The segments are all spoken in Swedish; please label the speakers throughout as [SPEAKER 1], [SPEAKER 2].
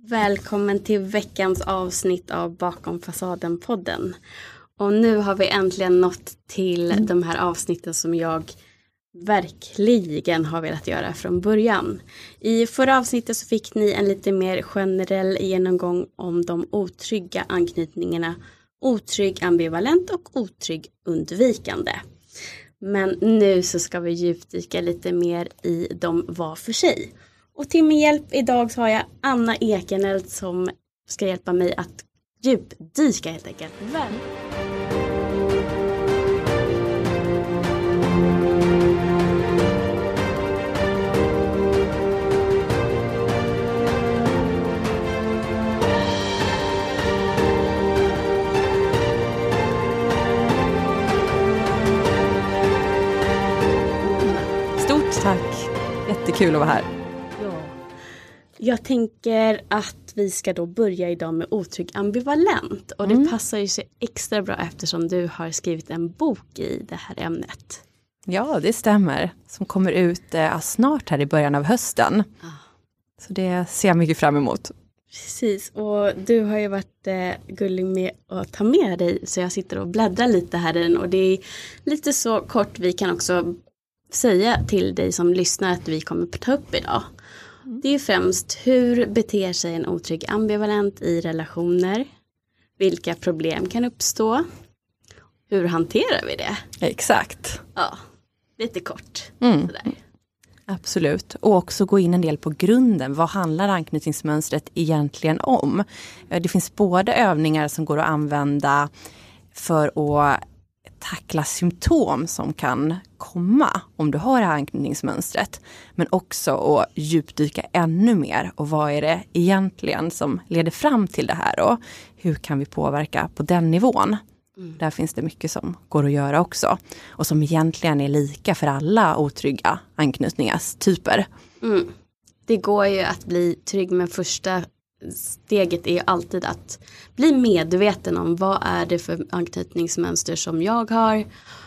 [SPEAKER 1] Välkommen till veckans avsnitt av Bakom fasaden-podden. Och nu har vi äntligen nått till de här avsnitten som jag verkligen har velat göra från början. I förra avsnittet så fick ni en lite mer generell genomgång om de otrygga anknytningarna. Otrygg ambivalent och otrygg undvikande. Men nu så ska vi djupdyka lite mer i dem var för sig. Och till min hjälp idag så har jag Anna Ekeneld som ska hjälpa mig att djupdyka helt enkelt.
[SPEAKER 2] Stort tack. Jättekul att vara här.
[SPEAKER 1] Jag tänker att vi ska då börja idag med otrygg ambivalent. Och det passar ju sig extra bra eftersom du har skrivit en bok i det här ämnet.
[SPEAKER 2] Ja, det stämmer. Som kommer ut snart här i början av hösten. Så det ser jag mycket fram emot.
[SPEAKER 1] Precis, och du har ju varit gullig med att ta med dig. Så jag sitter och bläddrar lite här i den. Och det är lite så kort vi kan också säga till dig som lyssnar att vi kommer att ta upp idag. Det är främst hur beter sig en otrygg ambivalent i relationer. Vilka problem kan uppstå. Hur hanterar vi det?
[SPEAKER 2] Exakt.
[SPEAKER 1] Ja, lite kort. Sådär.
[SPEAKER 2] Absolut. Och också gå in en del på grunden. Vad handlar anknytningsmönstret egentligen om? Det finns både övningar som går att använda för att tackla symptom som kan komma om du har det här anknytningsmönstret. Men också att djupdyka ännu mer. Och vad är det egentligen som leder fram till det här? Och hur kan vi påverka på den nivån? Där finns det mycket som går att göra också. Och som egentligen är lika för alla otrygga anknytningstyper.
[SPEAKER 1] Det går ju att bli trygg, men första steget är ju alltid att bli medveten om vad är det för anknytningsmönster som jag har.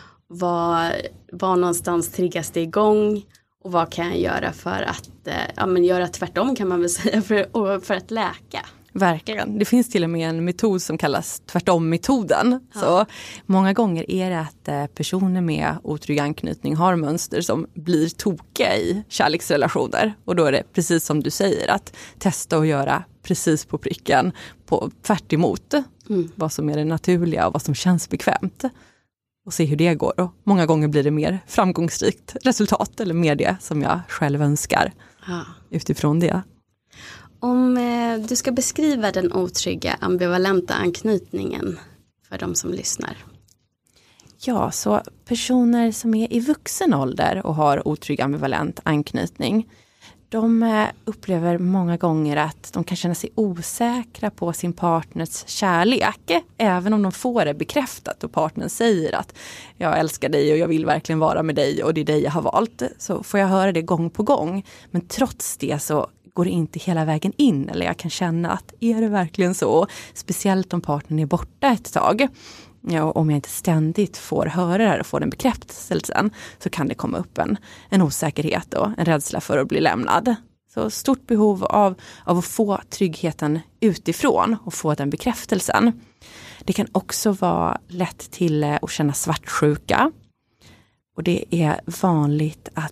[SPEAKER 1] Var någonstans triggas det igång och vad kan jag göra för att göra tvärtom kan man väl säga för att läka.
[SPEAKER 2] Verkligen. Det finns till och med en metod som kallas tvärtom-metoden. Ja. Så många gånger är det att personer med otrygg anknytning har mönster som blir tokiga i kärleksrelationer. Och då är det precis som du säger att testa att göra precis på pricken på tvärt emot vad som är det naturliga och vad som känns bekvämt. Och se hur det går. Och många gånger blir det mer framgångsrikt resultat eller mer det som jag själv önskar utifrån det.
[SPEAKER 1] Om du ska beskriva den otrygga ambivalenta anknytningen för de som lyssnar.
[SPEAKER 2] Ja, så personer som är i vuxen ålder och har otrygg ambivalent anknytning, de upplever många gånger att de kan känna sig osäkra på sin partners kärlek. Även om de får det bekräftat och partnern säger att jag älskar dig och jag vill verkligen vara med dig och det är dig jag har valt. Så får jag höra det gång på gång. Men trots det så går det inte hela vägen in. Eller jag kan känna att är det verkligen så? Speciellt om partnern är borta ett tag. Ja, om jag inte ständigt får höra det här och får den bekräftelsen så kan det komma upp en osäkerhet och en rädsla för att bli lämnad. Så stort behov av att få tryggheten utifrån och få den bekräftelsen. Det kan också vara lätt till att känna svartsjuka. Och det är vanligt att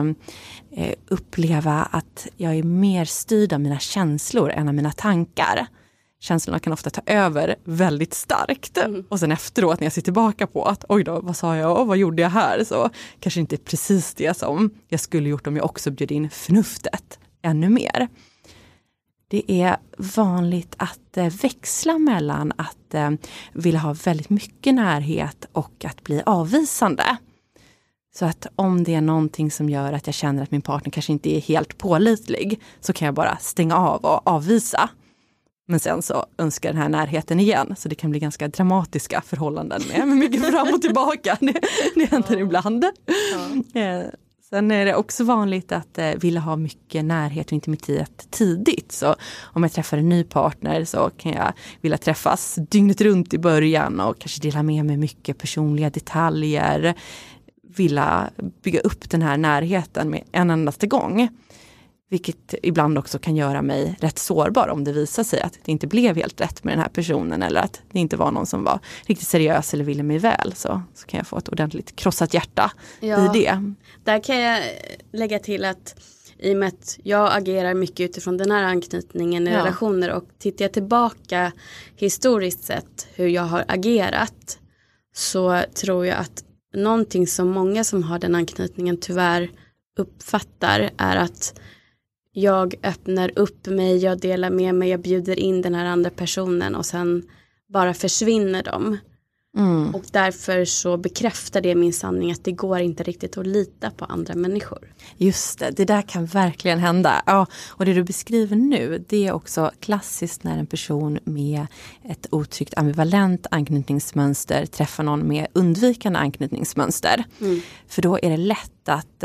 [SPEAKER 2] uppleva att jag är mer styrd av mina känslor än av mina tankar. Känslorna kan ofta ta över väldigt starkt. Och sen efteråt när jag ser tillbaka på att oj då, vad sa jag och vad gjorde jag här? Så kanske inte precis det som jag skulle gjort om jag också bjöd in förnuftet ännu mer. Det är vanligt att växla mellan att vilja ha väldigt mycket närhet och att bli avvisande. Så att om det är någonting som gör att jag känner att min partner kanske inte är helt pålitlig så kan jag bara stänga av och avvisa. Men sen så önskar den här närheten igen. Så det kan bli ganska dramatiska förhållanden med mycket fram och tillbaka. Det händer ibland. Ja. Sen är det också vanligt att vilja ha mycket närhet och intimitet tidigt. Så om jag träffar en ny partner så kan jag vilja träffas dygnet runt i början. Och kanske dela med mig mycket personliga detaljer. Vilja bygga upp den här närheten med en endaste gång. Vilket ibland också kan göra mig rätt sårbar om det visar sig att det inte blev helt rätt med den här personen. Eller att det inte var någon som var riktigt seriös eller ville mig väl. Så kan jag få ett ordentligt krossat hjärta i det.
[SPEAKER 1] Där kan jag lägga till att i och med att jag agerar mycket utifrån den här anknytningen i relationer. Och tittar jag tillbaka historiskt sett hur jag har agerat. Så tror jag att någonting som många som har den anknytningen tyvärr uppfattar är att jag öppnar upp mig, jag delar med mig, jag bjuder in den här andra personen och sen bara försvinner de. Och därför så bekräftar det min sanning att det går inte riktigt att lita på andra människor.
[SPEAKER 2] Just det, det där kan verkligen hända. Ja, och det du beskriver nu, det är också klassiskt när en person med ett otryggt ambivalent anknytningsmönster träffar någon med undvikande anknytningsmönster. För då är det lätt att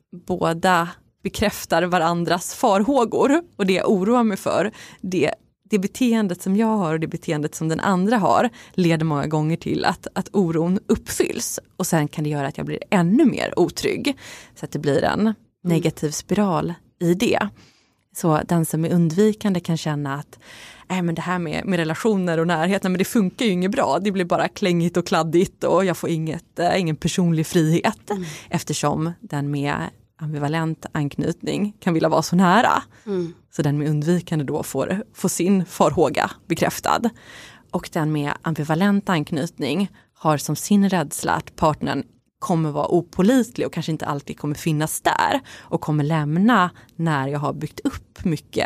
[SPEAKER 2] båda bekräftar varandras farhågor, och det jag oroar mig för, det beteendet som jag har och det beteendet som den andra har leder många gånger till att oron uppfylls, och sen kan det göra att jag blir ännu mer otrygg, så att det blir en negativ spiral i det. Så den som är undvikande kan känna att men det här med relationer och närhet, men det funkar ju inget bra, det blir bara klängigt och kladdigt och jag får ingen personlig frihet, eftersom den med ambivalent anknytning kan vilja vara så nära. Så den med undvikande då får sin farhåga bekräftad. Och den med ambivalent anknytning har som sin rädsla att partnern kommer vara opålitlig och kanske inte alltid kommer finnas där och kommer lämna när jag har byggt upp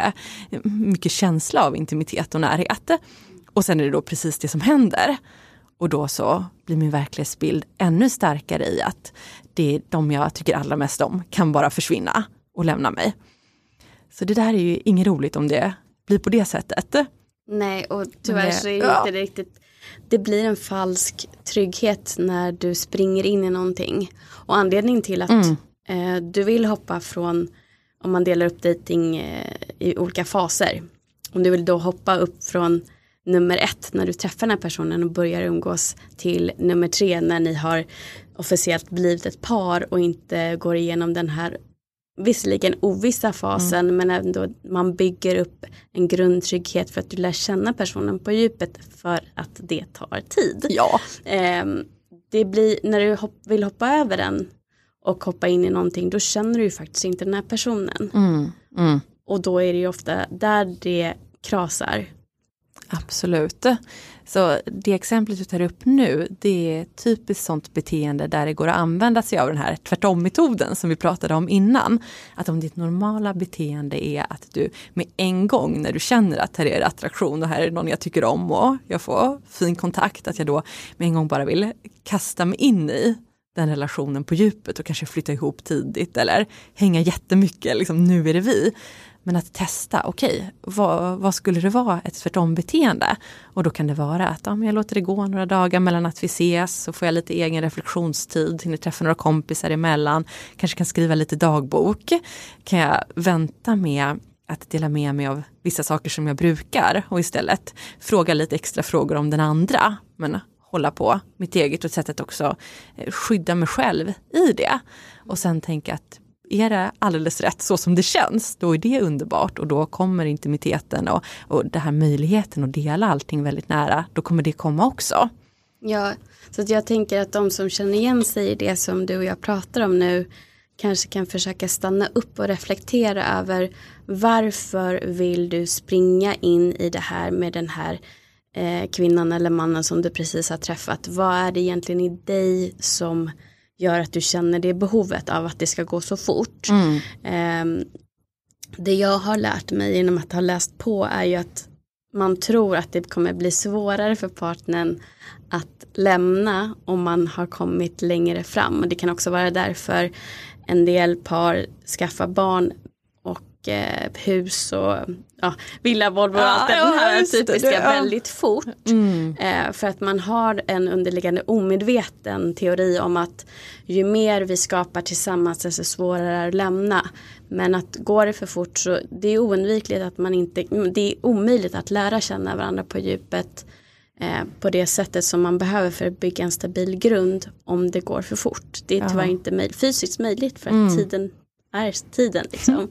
[SPEAKER 2] mycket känsla av intimitet och närhet. Och sen är det då precis det som händer. Och då så blir min verklighetsbild ännu starkare i att det är de jag tycker allra mest om kan bara försvinna och lämna mig. Så det där är ju inget roligt om det blir på det sättet.
[SPEAKER 1] Nej, och tyvärr så är det inte riktigt. Det blir en falsk trygghet när du springer in i någonting. Och anledningen till att du vill hoppa från, om man delar upp dating i olika faser. Om du vill då hoppa upp från nummer 1 när du träffar den här personen och börjar umgås till nummer 3 när ni har officiellt blivit ett par och inte går igenom den här visserligen ovissa fasen, men ändå man bygger upp en grundtrygghet för att du lär känna personen på djupet, för att det tar tid.
[SPEAKER 2] Ja.
[SPEAKER 1] Det blir, när du vill hoppa över den och hoppa in i någonting, då känner du ju faktiskt inte den här personen. Och då är det ju ofta där det krasar.
[SPEAKER 2] Absolut. Så det exemplet du tar upp nu, det är typiskt sånt beteende där det går att använda sig av den här tvärtom-metoden som vi pratade om innan. Att om ditt normala beteende är att du med en gång när du känner att här är det attraktion och här är det någon jag tycker om och jag får fin kontakt, att jag då med en gång bara vill kasta mig in i den relationen på djupet och kanske flytta ihop tidigt eller hänga jättemycket, liksom nu är det vi. Men att testa, vad skulle det vara ett tvärtom-beteende? Och då kan det vara att jag låter det gå några dagar mellan att vi ses, så får jag lite egen reflektionstid, hinner träffa några kompisar emellan, kanske kan skriva lite dagbok. Kan jag vänta med att dela med mig av vissa saker som jag brukar och istället fråga lite extra frågor om den andra, men hålla på mitt eget och sättet också skydda mig själv i det. Och sen tänka att är det alldeles rätt så som det känns, då är det underbart och då kommer intimiteten och det här möjligheten att dela allting väldigt nära, då kommer det komma också.
[SPEAKER 1] Ja, så att jag tänker att de som känner igen sig i det som du och jag pratar om nu kanske kan försöka stanna upp och reflektera över varför vill du springa in i det här med den här kvinnan eller mannen som du precis har träffat. Vad är det egentligen i dig som gör att du känner det behovet av att det ska gå så fort? Det jag har lärt mig genom att ha läst på är ju att man tror att det kommer bli svårare för partnern att lämna om man har kommit längre fram. Och det kan också vara därför en del par skaffar barn och hus och villa, Volvo och allt det här typiska väldigt fort. För att man har en underliggande omedveten teori om att ju mer vi skapar tillsammans desto svårare är att lämna. Men att går det för fort så det är oundvikligt att det är omöjligt att lära känna varandra på djupet på det sättet som man behöver för att bygga en stabil grund om det går för fort. Det är tyvärr inte fysiskt möjligt för att tiden är tiden liksom.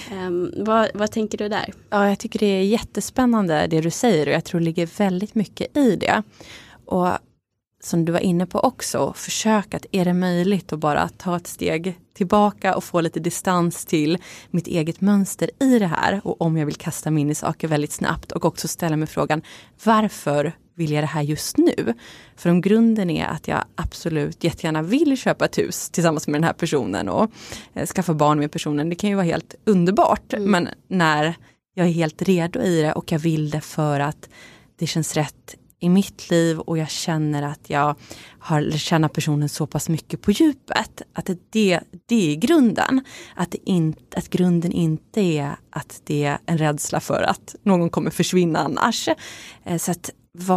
[SPEAKER 1] Vad tänker du där?
[SPEAKER 2] Ja, jag tycker det är jättespännande det du säger och jag tror det ligger väldigt mycket i det. Och som du var inne på också, försök att är det möjligt att bara ta ett steg tillbaka och få lite distans till mitt eget mönster i det här. Och om jag vill kasta mig in i saker väldigt snabbt och också ställa mig frågan, varför vill jag det här just nu? För om grunden är att jag absolut jättegärna vill köpa ett hus tillsammans med den här personen och skaffa barn med personen, det kan ju vara helt underbart. Men när jag är helt redo i det och jag vill det för att det känns rätt i mitt liv och jag känner att jag har lärt känna personen så pass mycket på djupet. Att det är grunden. Att grunden inte är att det är en rädsla för att någon kommer försvinna annars. Så att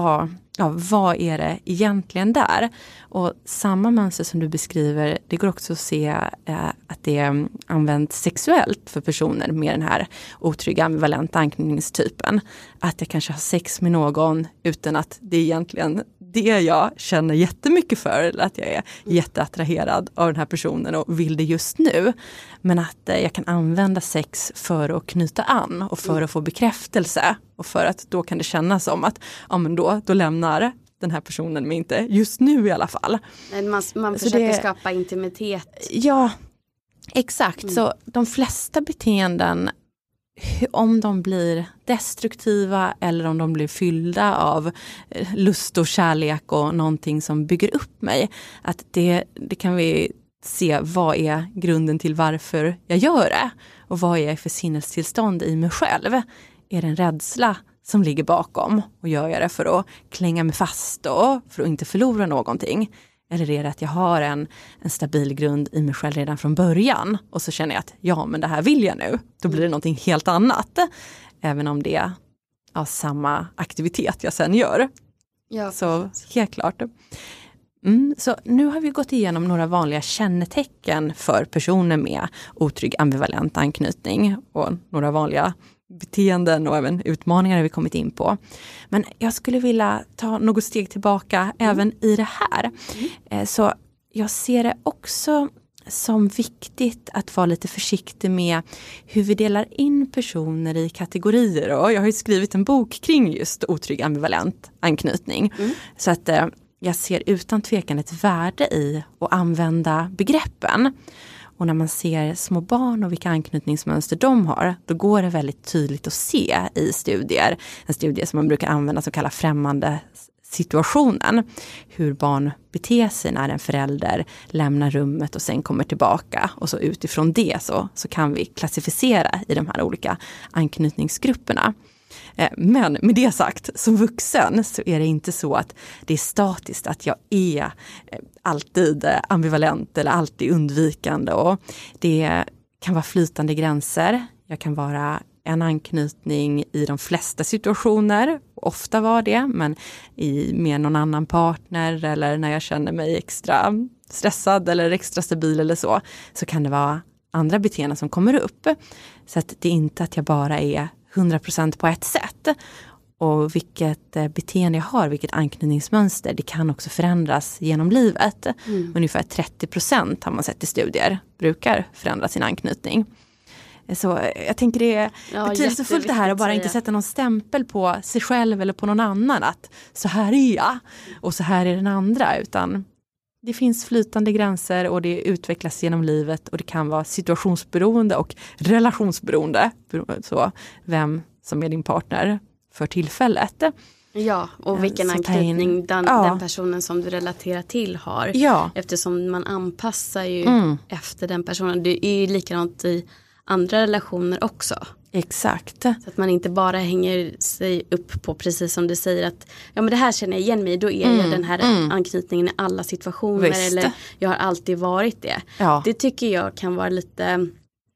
[SPEAKER 2] vad är det egentligen där? Och samma mönster som du beskriver, det går också att se att det används sexuellt för personer med den här otrygga ambivalenta anknytningstypen. Att jag kanske har sex med någon utan att det är egentligen det jag känner jättemycket för. Eller att jag är jätteattraherad av den här personen och vill det just nu. Men att jag kan använda sex för att knyta an och för att få bekräftelse. Och för att då kan det kännas som att men då lämnar den här personen mig inte just nu i alla fall.
[SPEAKER 1] Man försöker skapa intimitet.
[SPEAKER 2] Ja, exakt. Så de flesta beteenden, om de blir destruktiva eller om de blir fyllda av lust och kärlek och någonting som bygger upp mig, att det kan vi se vad är grunden till varför jag gör det och vad är jag för sinnestillstånd i mig själv. Är det en rädsla som ligger bakom och gör jag det för att klänga mig fast och för att inte förlora någonting? Eller är det att jag har en stabil grund i mig själv redan från början och så känner jag att men det här vill jag nu. Då blir det någonting helt annat. Även om det är samma aktivitet jag sen gör. Ja. Så helt klart. Så nu har vi gått igenom några vanliga kännetecken för personer med otrygg ambivalent anknytning och några vanliga beteenden och även utmaningar har vi kommit in på. Men jag skulle vilja ta något steg tillbaka även i det här. Så jag ser det också som viktigt att vara lite försiktig med hur vi delar in personer i kategorier. Och jag har ju skrivit en bok kring just otrygg ambivalent anknytning. Så att jag ser utan tvekan ett värde i att använda begreppen. Och när man ser små barn och vilka anknytningsmönster de har, då går det väldigt tydligt att se i studier. En studie som man brukar använda som kallas främmande situationen. Hur barn beter sig när en förälder lämnar rummet och sen kommer tillbaka. Och så utifrån det så kan vi klassificera i de här olika anknytningsgrupperna. Men med det sagt, som vuxen så är det inte så att det är statiskt att jag är alltid ambivalent eller alltid undvikande. Och det kan vara flytande gränser. Jag kan vara en anknytning i de flesta situationer. Ofta var det, men med någon annan partner eller när jag känner mig extra stressad eller extra stabil eller så kan det vara andra beteenden som kommer upp. Så att det är inte att jag bara är 100% på ett sätt. Och vilket beteende jag har, vilket anknytningsmönster, det kan också förändras genom livet. Ungefär 30% har man sett i studier brukar förändra sin anknytning. Så jag tänker det är betydelsefullt det här att bara inte sätta någon stämpel på sig själv eller på någon annan att så här är jag och så här är den andra, utan det finns flytande gränser och det utvecklas genom livet och det kan vara situationsberoende och relationsberoende, så vem som är din partner för tillfället.
[SPEAKER 1] Ja, och vilken anknytning den personen som du relaterar till har. Ja. Eftersom man anpassar ju efter den personen. Det är ju likadant i andra relationer också.
[SPEAKER 2] Exakt.
[SPEAKER 1] Så att man inte bara hänger sig upp på, precis som du säger, att men det här känner jag igen mig, då är jag den här anknytningen i alla situationer. Visst. Eller jag har alltid varit det. Ja. Det tycker jag kan vara lite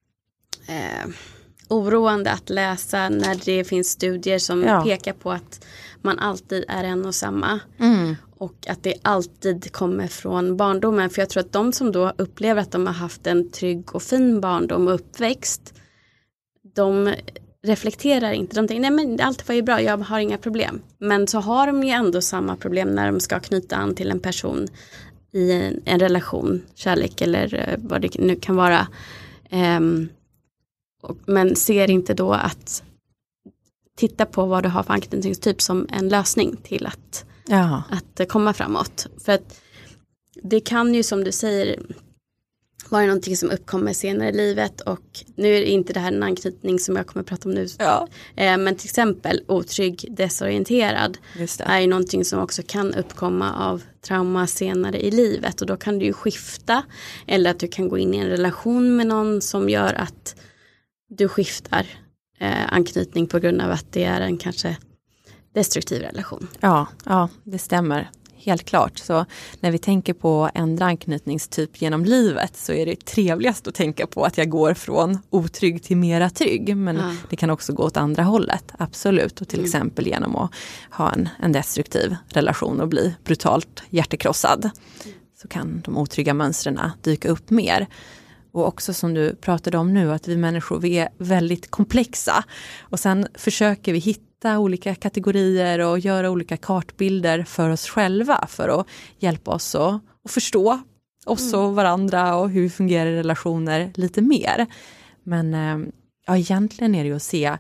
[SPEAKER 1] oroande att läsa när det finns studier som pekar på att man alltid är en och samma. Och att det alltid kommer från barndomen. För jag tror att de som då upplever att de har haft en trygg och fin barndom och uppväxt, de reflekterar inte. De tänker, nej men allt var ju bra, jag har inga problem. Men så har de ju ändå samma problem när de ska knyta an till en person i en relation, kärlek eller vad det nu kan vara. Men ser inte då att titta på vad du har för anknytningstyp som en lösning till att komma framåt. För att det kan ju, som du säger, vara någonting som uppkommer senare i livet, och nu är det inte det här en anknytning som jag kommer att prata om nu.
[SPEAKER 2] Ja.
[SPEAKER 1] Men till exempel otrygg, desorienterad är ju någonting som också kan uppkomma av trauma senare i livet, och då kan du ju skifta, eller att du kan gå in i en relation med någon som gör att du skiftar anknytning på grund av att det är en kanske destruktiv relation.
[SPEAKER 2] Ja, det stämmer. Helt klart. Så när vi tänker på ändra anknytningstyp genom livet så är det trevligast att tänka på att jag går från otrygg till mera trygg. Men det kan också gå åt andra hållet. Absolut. Och till exempel genom att ha en destruktiv relation och bli brutalt hjärtekrossad. Så kan de otrygga mönstren dyka upp mer. Och också som du pratade om nu, att vi människor, vi är väldigt komplexa. Och sen försöker vi hitta olika kategorier och göra olika kartbilder för oss själva för att hjälpa oss att förstå oss och varandra och hur vi fungerar i relationer lite mer. Men egentligen är det ju att se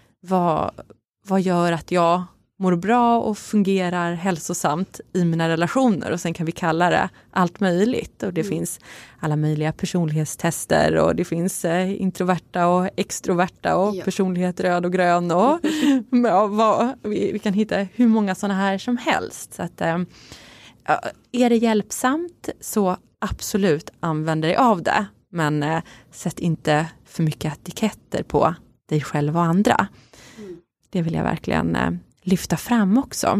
[SPEAKER 2] vad gör att jag mår bra och fungerar hälsosamt i mina relationer, och sen kan vi kalla det allt möjligt, och det finns alla möjliga personlighetstester, och det finns introverta och extroverta och personlighet röd och grön, och vi kan hitta hur många sådana här som helst. Så att, är det hjälpsamt så absolut använd dig av det, men sätt inte för mycket etiketter på dig själv och andra. Det vill jag verkligen lyfta fram också.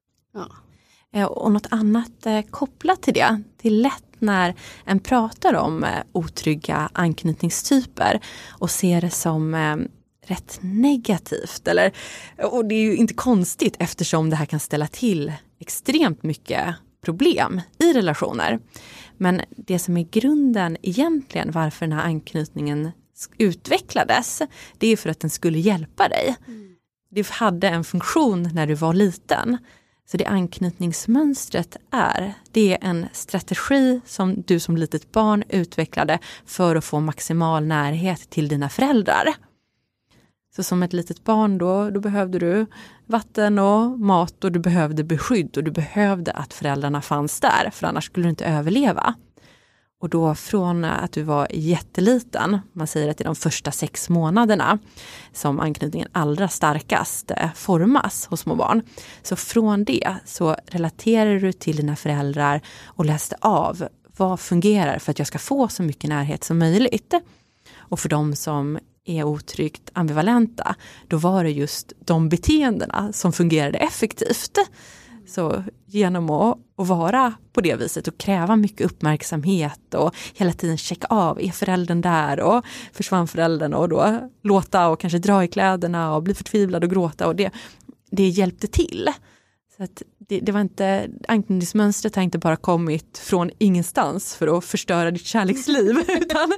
[SPEAKER 2] Och något annat kopplat till det. Det är lätt när en pratar om otrygga anknytningstyper och ser det som rätt negativt. Och det är ju inte konstigt eftersom det här kan ställa till extremt mycket problem i relationer. Men det som är grunden egentligen varför den här anknytningen utvecklades, det är för att den skulle hjälpa dig. Det hade en funktion när du var liten. Så det anknytningsmönstret det är en strategi som du som litet barn utvecklade för att få maximal närhet till dina föräldrar. Så som ett litet barn då behövde du vatten och mat, och du behövde beskydd, och du behövde att föräldrarna fanns där, för annars skulle du inte överleva. Och då från att du var jätteliten, man säger att det är de första 6 månaderna som anknytningen allra starkast formas hos små barn. Så från det så relaterar du till dina föräldrar och läste av vad fungerar för att jag ska få så mycket närhet som möjligt. Och för de som är otryggt ambivalenta, då var det just de beteendena som fungerade effektivt. Så genom att vara på det viset och kräva mycket uppmärksamhet och hela tiden checka av, är föräldern där, och försvann föräldern, och då låta och kanske dra i kläderna och bli förtvivlad och gråta, och det hjälpte till. Så att det var inte, anknytningsmönstret har inte bara kommit från ingenstans för att förstöra ditt kärleksliv, utan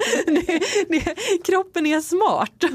[SPEAKER 2] kroppen är smart.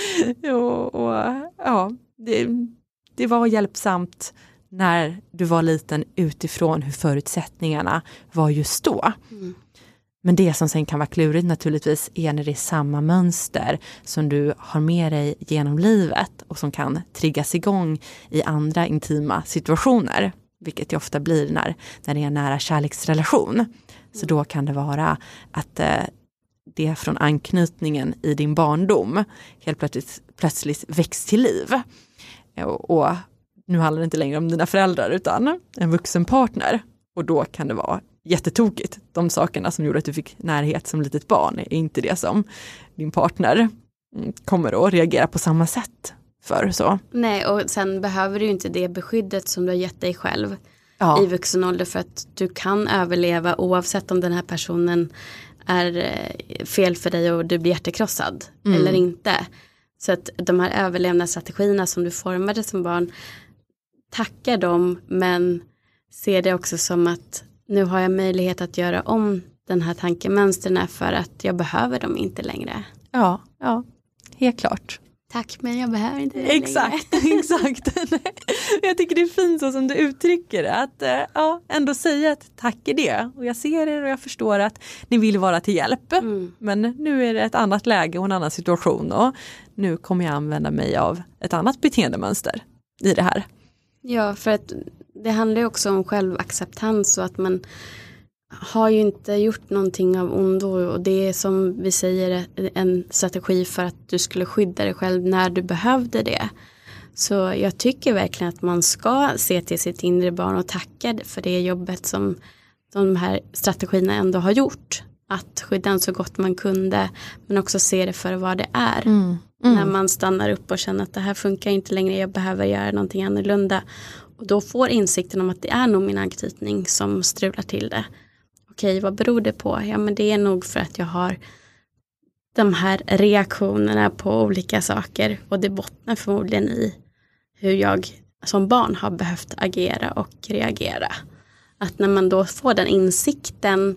[SPEAKER 2] Det var hjälpsamt när du var liten utifrån hur förutsättningarna var just då. Men det som sen kan vara klurigt naturligtvis är när det är samma mönster som du har med dig genom livet och som kan triggas igång i andra intima situationer. Vilket det ofta blir när det är en nära kärleksrelation. Så då kan det vara att det från anknytningen i din barndom helt plötsligt väcks till liv. Och nu handlar det inte längre om dina föräldrar utan en vuxen partner. Och då kan det vara jättetokigt. De sakerna som gjorde att du fick närhet som litet barn är inte det som din partner kommer att reagera på samma sätt för. Så.
[SPEAKER 1] Nej, och sen behöver du inte det beskyddet som du har gett dig själv i vuxen ålder, för att du kan överleva oavsett om den här personen är fel för dig och du blir hjärtekrossad eller inte. Så att de här överlevnadsstrategierna som du formade som barn, tackar dem, men ser det också som att nu har jag möjlighet att göra om den här tankemönstren för att jag behöver dem inte längre.
[SPEAKER 2] Ja, helt klart.
[SPEAKER 1] tack, men jag behöver inte det
[SPEAKER 2] Exakt. Jag tycker det är fint så som du uttrycker det. Att ändå säga att tack är det. Och jag ser er och jag förstår att ni vill vara till hjälp. Men nu är det ett annat läge och en annan situation. Och nu kommer jag använda mig av ett annat beteendemönster i det här.
[SPEAKER 1] Ja, för att det handlar ju också om självacceptans och att man har ju inte gjort någonting av ondo, och det är som vi säger en strategi för att du skulle skydda dig själv när du behövde det. Så jag tycker verkligen att man ska se till sitt inre barn och tacka för det jobbet som de här strategierna ändå har gjort. Att skydda den så gott man kunde, men också se det för vad det är. När man stannar upp och känner att det här funkar inte längre, jag behöver göra någonting annorlunda. Och då får insikten om att det är nog min anknytning som strular till det. Okej, vad beror det på? Ja, men det är nog för att jag har de här reaktionerna på olika saker. Och det bottnar förmodligen i hur jag som barn har behövt agera och reagera. Att när man då får den insikten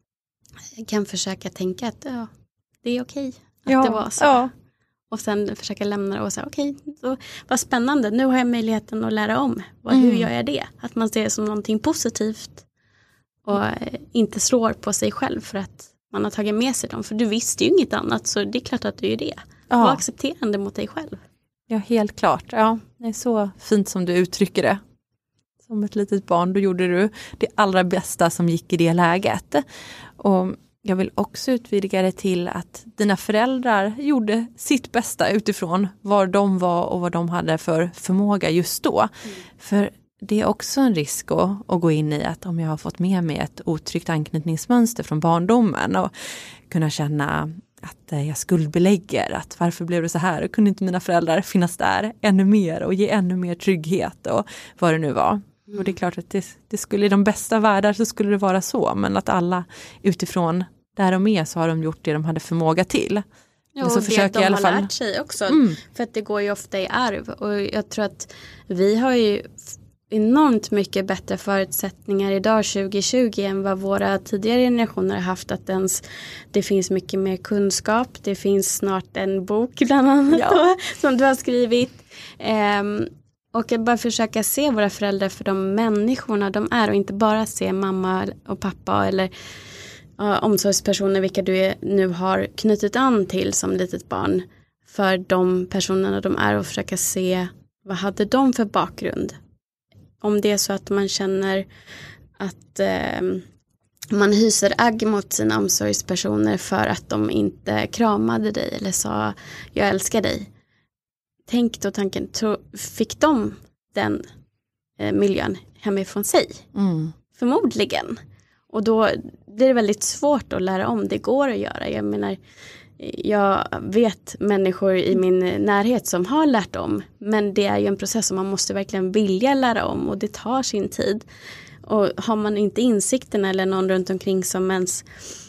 [SPEAKER 1] kan försöka tänka att det är okej att det var så. Ja. Och sen försöka lämna det och säga okej, vad spännande. Nu har jag möjligheten att lära om. Hur gör jag det? Att man ser det som någonting positivt. Och inte slår på sig själv för att man har tagit med sig dem. För du visste ju inget annat, så det är klart att du är det. Var accepterande mot dig själv.
[SPEAKER 2] Ja, helt klart. Ja, det är så fint som du uttrycker det. Som ett litet barn, då gjorde du det allra bästa som gick i det läget. Och jag vill också utvidga det till att dina föräldrar gjorde sitt bästa utifrån var de var och vad de hade för förmåga just då. För det är också en risk att gå in i att om jag har fått med mig ett otryggt anknytningsmönster från barndomen och kunna känna att jag skuldbelägger, att varför blev det så här? Och kunde inte mina föräldrar finnas där ännu mer och ge ännu mer trygghet och vad det nu var. Och det är klart att det skulle i de bästa världar så skulle det vara så, men att alla utifrån där de är så har de gjort det de hade förmåga till.
[SPEAKER 1] Ja,
[SPEAKER 2] så
[SPEAKER 1] och det de har lärt sig också. För att det går ju ofta i arv. Och jag tror att vi har ju enormt mycket bättre förutsättningar idag 2020 än vad våra tidigare generationer har haft. Att det finns mycket mer kunskap. Det finns snart en bok bland annat som du har skrivit. Och att bara försöka se våra föräldrar för de människorna de är och inte bara se mamma och pappa eller omsorgspersoner vilka du nu har knutit an till som litet barn för de personerna de är och försöka se vad hade de för bakgrund. Om det är så att man känner att man hyser agg mot sina omsorgspersoner för att de inte kramade dig eller sa jag älskar dig. Tänk då tanken, fick de den miljön hemifrån sig? Förmodligen. Och då blir det väldigt svårt att lära om. Det går att göra. Jag menar, jag vet människor i min närhet som har lärt om. Men det är ju en process som man måste verkligen vilja lära om. Och det tar sin tid. Och har man inte insikten eller någon runt omkring som ens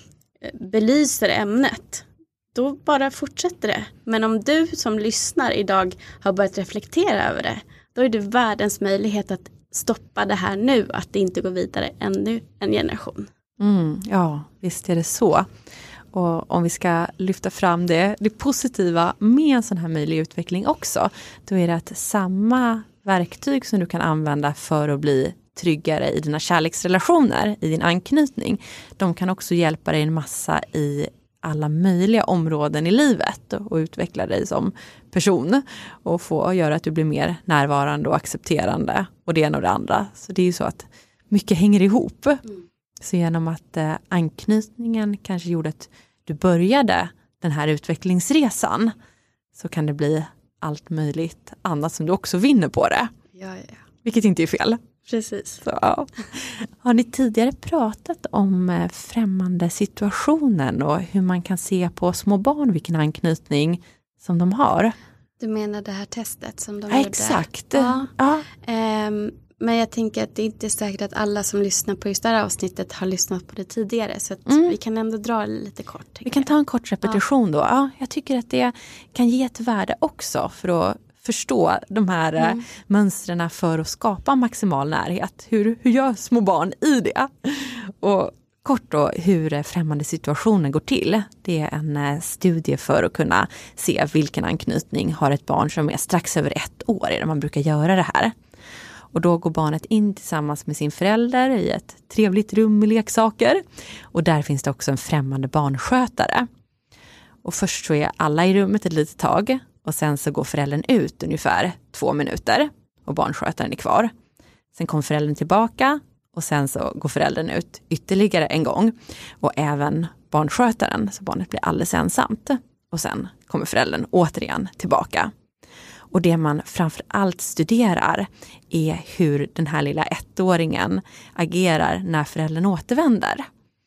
[SPEAKER 1] belyser ämnet, då bara fortsätter det. Men om du som lyssnar idag har börjat reflektera över det, då är det världens möjlighet att stoppa det här nu, att det inte går vidare ännu en generation.
[SPEAKER 2] Ja, visst är det så. Och om vi ska lyfta fram det positiva med en sån här möjlig utveckling också, då är det att samma verktyg som du kan använda för att bli tryggare i dina kärleksrelationer, i din anknytning, de kan också hjälpa dig en massa i alla möjliga områden i livet och utveckla dig som person och få göra att du blir mer närvarande och accepterande och det ena och det andra. Så det är ju så att mycket hänger ihop. Så genom att anknytningen kanske gjorde att du började den här utvecklingsresan, så kan det bli allt möjligt annat som du också vinner på det.
[SPEAKER 1] Ja.
[SPEAKER 2] Vilket inte är fel.
[SPEAKER 1] Precis.
[SPEAKER 2] Så, ja. Har ni tidigare pratat om främmande situationen och hur man kan se på små barn vilken anknytning som de har?
[SPEAKER 1] Du menar det här testet som de gjorde?
[SPEAKER 2] Exakt.
[SPEAKER 1] Ja.
[SPEAKER 2] Ja.
[SPEAKER 1] Men jag tänker att det inte är säkert att alla som lyssnar på just det här avsnittet har lyssnat på det tidigare. Så att vi kan ändå dra lite kort.
[SPEAKER 2] Vi kan ta en kort repetition då. Ja, jag tycker att det kan ge ett värde också för att förstå de här mönstren för att skapa maximal närhet. Hur gör små barn i det? Och kort då hur främmande situationer går till. Det är en studie för att kunna se vilken anknytning har ett barn som är strax över 1 år när man brukar göra det här. Och då går barnet in tillsammans med sin förälder i ett trevligt rum med leksaker. Och där finns det också en främmande barnskötare. Och först så är alla i rummet ett litet tag. Och sen så går föräldern ut ungefär 2 minuter. Och barnskötaren är kvar. Sen kommer föräldern tillbaka. Och sen så går föräldern ut ytterligare en gång. Och även barnskötaren. Så barnet blir alldeles ensamt. Och sen kommer föräldern återigen tillbaka. Och det man framför allt studerar är hur den här lilla 1-åringen agerar när föräldern återvänder.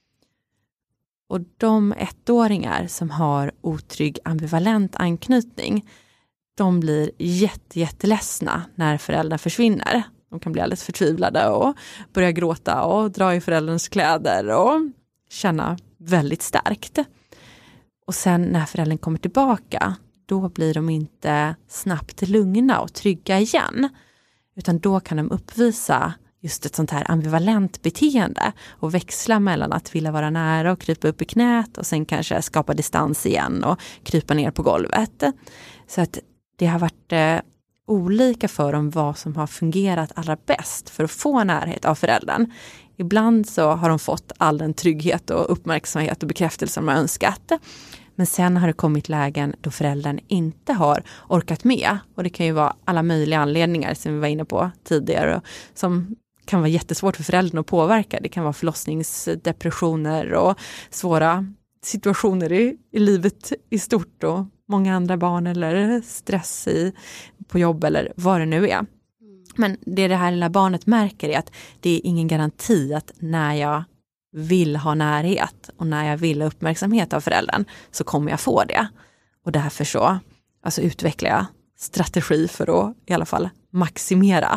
[SPEAKER 2] Och de 1-åringar som har otrygg ambivalent anknytning, de blir jätteledsna när föräldern försvinner. De kan bli alldeles förtvivlade och börja gråta och dra i förälderns kläder och känna väldigt starkt. Och sen när föräldern kommer tillbaka, då blir de inte snabbt lugna och trygga igen. Utan då kan de uppvisa just ett sånt här ambivalent beteende och växla mellan att vilja vara nära och krypa upp i knät och sen kanske skapa distans igen och krypa ner på golvet. Så att det har varit olika för dem vad som har fungerat allra bäst för att få närhet av föräldern. Ibland så har de fått all den trygghet och uppmärksamhet och bekräftelse som de har önskat. Men sen har det kommit lägen då föräldern inte har orkat med. Och det kan ju vara alla möjliga anledningar som vi var inne på tidigare. Som kan vara jättesvårt för föräldern att påverka. Det kan vara förlossningsdepressioner och svåra situationer i livet i stort. Och många andra barn eller stress på jobb eller vad det nu är. Men det här lilla barnet märker är att det är ingen garanti att när jag vill ha närhet och när jag vill ha uppmärksamhet av föräldern så kommer jag få det. Och därför så utvecklar jag strategi för att i alla fall maximera.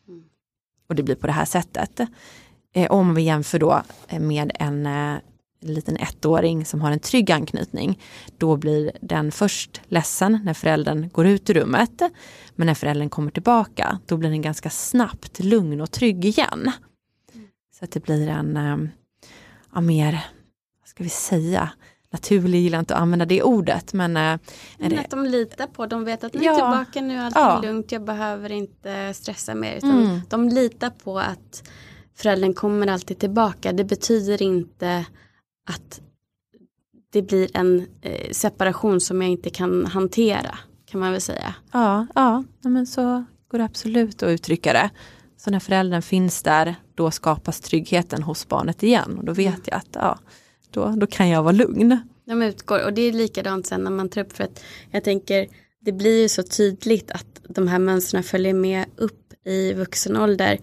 [SPEAKER 2] Och det blir på det här sättet. Om vi jämför då med en liten 1-åring som har en trygg anknytning, då blir den först ledsen när föräldern går ut ur rummet. Men när föräldern kommer tillbaka, då blir den ganska snabbt lugn och trygg igen. Så att det blir en mer, vad ska vi säga, naturlig, gillar inte att använda det ordet. Men att
[SPEAKER 1] de litar på, de vet att nu är tillbaka, nu är allting lugnt, jag behöver inte stressa mer. Utan de litar på att föräldern kommer alltid tillbaka. Det betyder inte att det blir en separation som jag inte kan hantera, kan man väl säga.
[SPEAKER 2] Ja, men så går det absolut att uttrycka det. Så när föräldern finns där, då skapas tryggheten hos barnet igen. Och då vet jag att då kan jag vara lugn.
[SPEAKER 1] De utgår, och det är likadant sen när man tar upp, för att jag tänker, det blir ju så tydligt att de här mönstren följer med upp i vuxen ålder.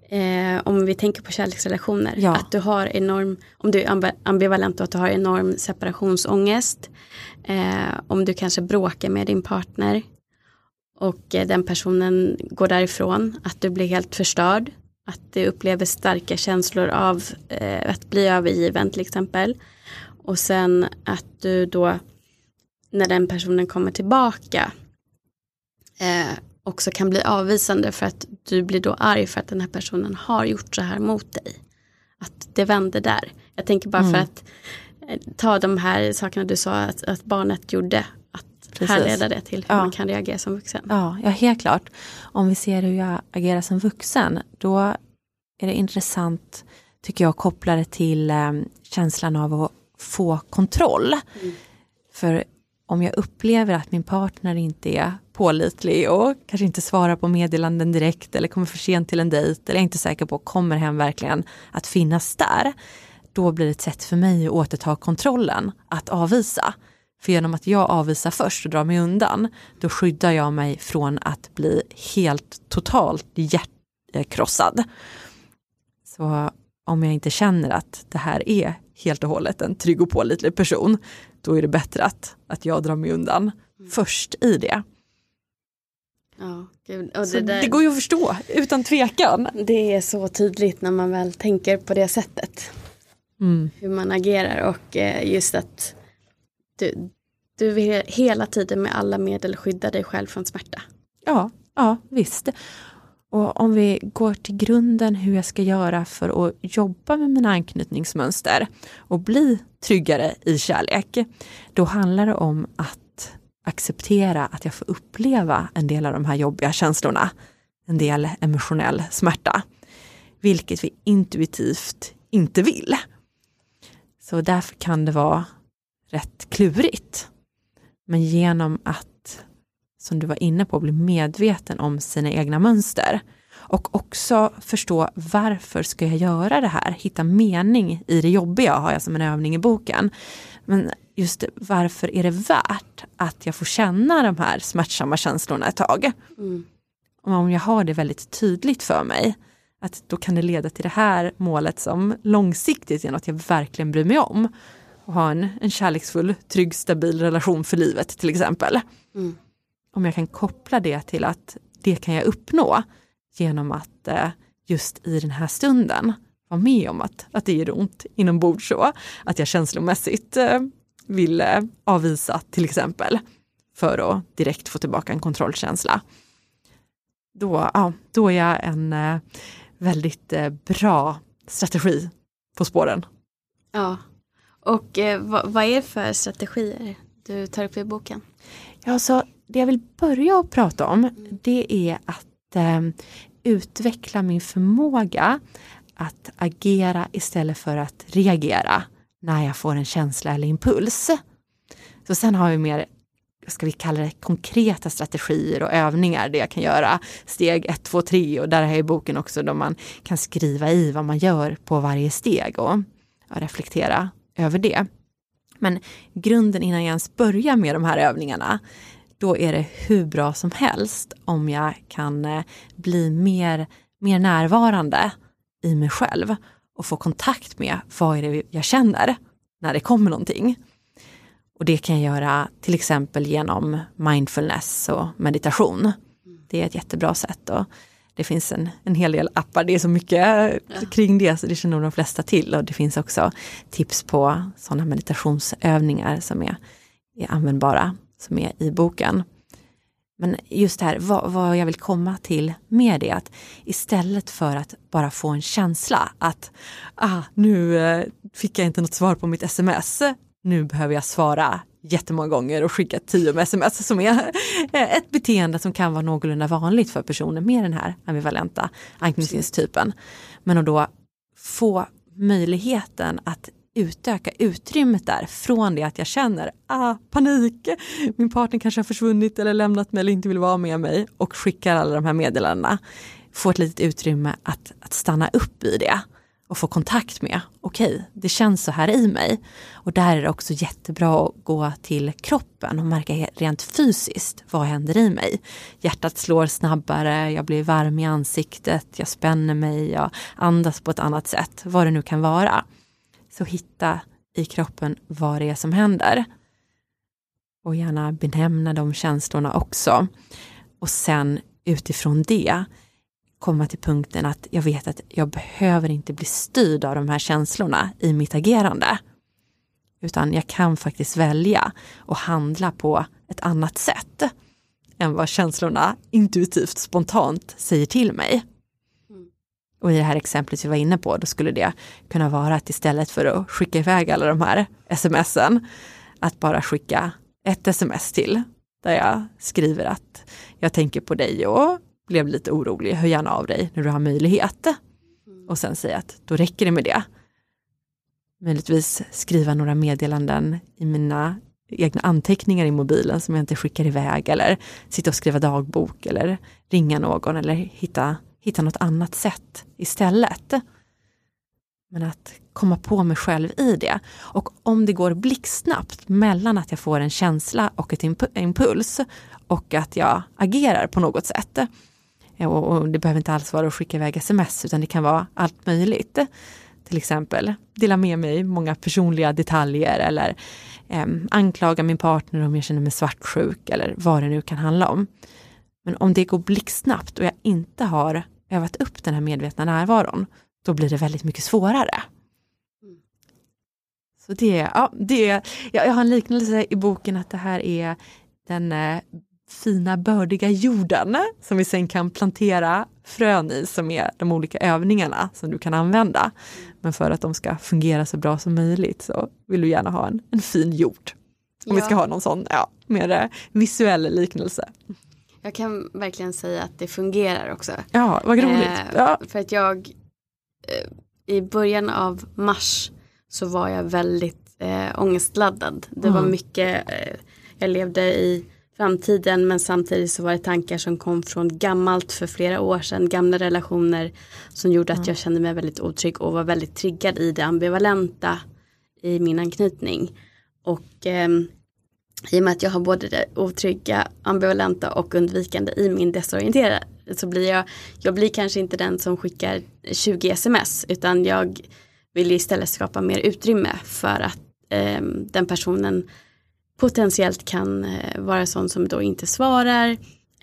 [SPEAKER 1] Om vi tänker på kärleksrelationer, att du har om du är ambivalent och att du har enorm separationsångest, om du kanske bråkar med din partner och den personen går därifrån, att du blir helt förstörd, att du upplever starka känslor av att bli övergiven till exempel, och sen att du då när den personen kommer tillbaka också kan bli avvisande för att du blir då arg för att den här personen har gjort så här mot dig. Att det vänder där. Jag tänker bara för att ta de här sakerna du sa att barnet gjorde, att härleda det till hur man kan reagera som vuxen.
[SPEAKER 2] Ja, helt klart. Om vi ser hur jag agerar som vuxen, då är det intressant, tycker jag, att koppla det till känslan av att få kontroll. För om jag upplever att min partner inte är pålitlig och kanske inte svarar på meddelanden direkt eller kommer för sent till en dejt eller är inte säker på kommer hem verkligen att finnas där, då blir det ett sätt för mig att återta kontrollen, att avvisa. För genom att jag avvisar först och drar mig undan, då skyddar jag mig från att bli helt totalt hjärtkrossad. Så om jag inte känner att det här är helt och hållet en trygg och pålitlig person, då är det bättre att jag drar mig undan först i det.
[SPEAKER 1] Ja, gud. Och
[SPEAKER 2] det går ju att förstå, utan tvekan.
[SPEAKER 1] Det är så tydligt när man väl tänker på det sättet. Hur man agerar, och just att du vill hela tiden med alla medel skydda dig själv från smärta.
[SPEAKER 2] Ja, visst. Och om vi går till grunden hur jag ska göra för att jobba med mina anknytningsmönster och bli tryggare i kärlek, då handlar det om att acceptera att jag får uppleva en del av de här jobbiga känslorna, en del emotionell smärta, vilket vi intuitivt inte vill. Så därför kan det vara rätt klurigt. Men genom att, som du var inne på, bli medveten om sina egna mönster och också förstå varför ska jag göra det här, hitta mening i det jobbiga, har jag som en övning i boken. Men just varför är det värt att jag får känna de här smärtsamma känslorna ett tag? Och om jag har det väldigt tydligt för mig, att då kan det leda till det här målet som långsiktigt är något jag verkligen bryr mig om. Och ha en kärleksfull, trygg, stabil relation för livet till exempel. Om jag kan koppla det till att det kan jag uppnå genom att just i den här stunden vara med om att det är ont inombords, så att jag känslomässigt vill avvisa till exempel för att direkt få tillbaka en kontrollkänsla. Då är jag en väldigt bra strategi på spåren.
[SPEAKER 1] Ja, och vad är det för strategier du tar upp i boken?
[SPEAKER 2] Ja, så det jag vill börja att prata om, det är att utveckla min förmåga att agera istället för att reagera när jag får en känsla eller impuls. Så sen har vi mer, ska vi kalla det, konkreta strategier och övningar där jag kan göra steg 1, 2, 3, och där är i boken också då man kan skriva i vad man gör på varje steg och reflektera över det. Men grunden innan jag ens börjar med de här övningarna, då är det hur bra som helst om jag kan bli mer närvarande i mig själv och få kontakt med vad är det jag känner när det kommer någonting. Och det kan jag göra till exempel genom mindfulness och meditation. Det är ett jättebra sätt, och det finns en hel del appar. Det är så mycket kring det, så det känner nog de flesta till. Och det finns också tips på sådana meditationsövningar som är användbara, som är i boken. Men just här, vad jag vill komma till med det, att istället för att bara få en känsla att nu fick jag inte något svar på mitt sms, nu behöver jag svara jättemånga gånger och skicka 10 sms, som är ett beteende som kan vara någorlunda vanligt för personer med den här ambivalenta anknytningstypen. Men att då få möjligheten att utöka utrymmet där från det att jag känner panik, min partner kanske har försvunnit eller lämnat mig eller inte vill vara med mig, och skickar alla de här meddelandena, få ett litet utrymme att stanna upp i det och få kontakt med, okej, det känns så här i mig. Och där är det också jättebra att gå till kroppen och märka rent fysiskt vad händer i mig. Hjärtat slår snabbare, jag blir varm i ansiktet, jag spänner mig, jag andas på ett annat sätt, vad det nu kan vara. Så hitta i kroppen vad det är som händer. Och gärna benämna de känslorna också. Och sen utifrån det komma till punkten att jag vet att jag behöver inte bli styrd av de här känslorna i mitt agerande. Utan jag kan faktiskt välja och handla på ett annat sätt än vad känslorna intuitivt, spontant säger till mig. Och i det här exemplet vi var inne på, då skulle det kunna vara att istället för att skicka iväg alla de här smsen, att bara skicka ett sms till där jag skriver att jag tänker på dig och blev lite orolig, hör gärna av dig när du har möjlighet. Och sen säga att då räcker det med det. Möjligtvis skriva några meddelanden i mina egna anteckningar i mobilen som jag inte skickar iväg, eller sitta och skriva dagbok eller ringa någon eller hitta något annat sätt istället. Men att komma på mig själv i det. Och om det går blixtsnabbt mellan att jag får en känsla och ett impuls och att jag agerar på något sätt. Och det behöver inte alls vara att skicka iväg sms, utan det kan vara allt möjligt. Till exempel dela med mig många personliga detaljer, eller anklaga min partner om jag känner mig svartsjuk, eller vad det nu kan handla om. Men om det går blixtsnabbt och jag inte har övat upp den här medvetna närvaron, då blir det väldigt mycket svårare. Så jag har en liknelse i boken att det här är den fina bördiga jorden som vi sen kan plantera frön i som är de olika övningarna som du kan använda. Men för att de ska fungera så bra som möjligt så vill du gärna ha en fin jord. Om vi ska ha någon sån mer visuell liknelse.
[SPEAKER 1] Jag kan verkligen säga att det fungerar också.
[SPEAKER 2] Ja, vad roligt.
[SPEAKER 1] För att jag i början av mars så var jag väldigt ångestladdad. Det var mycket, jag levde i framtiden men samtidigt så var det tankar som kom från gammalt för flera år sedan. Gamla relationer som gjorde att jag kände mig väldigt otrygg och var väldigt triggad i det ambivalenta i min anknytning. Och i och med att jag har både det otrygga, ambivalenta och undvikande i min desorienterade så blir jag blir kanske inte den som skickar 20 sms utan jag vill istället skapa mer utrymme för att den personen potentiellt kan vara sån som då inte svarar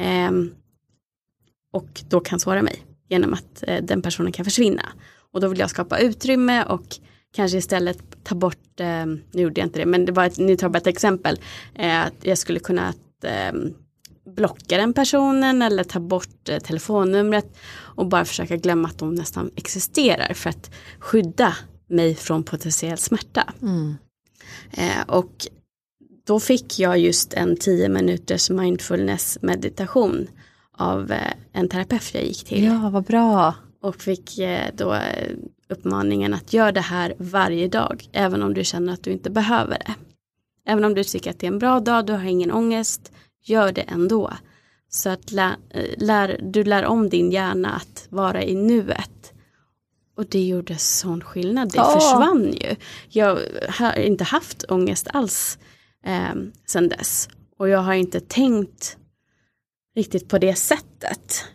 [SPEAKER 1] och då kan svara mig genom att den personen kan försvinna. Och då vill jag skapa utrymme och kanske istället ta bort, nu gjorde jag inte det, men det var nu tar jag bara ett exempel, att jag skulle kunna blocka den personen eller ta bort telefonnumret och bara försöka glömma att de nästan existerar för att skydda mig från potentiell smärta. Och då fick jag just en 10 minuters mindfulness meditation av en terapeut jag gick till.
[SPEAKER 2] Ja, vad bra.
[SPEAKER 1] Och fick då uppmaningen att göra det här varje dag. Även om du känner att du inte behöver det. Även om du tycker att det är en bra dag, du har ingen ångest. Gör det ändå. Så att du lär om din hjärna att vara i nuet. Och det gjorde sån skillnad. Det försvann ju. Jag har inte haft ångest alls sedan dess. Och jag har inte tänkt riktigt på det sättet.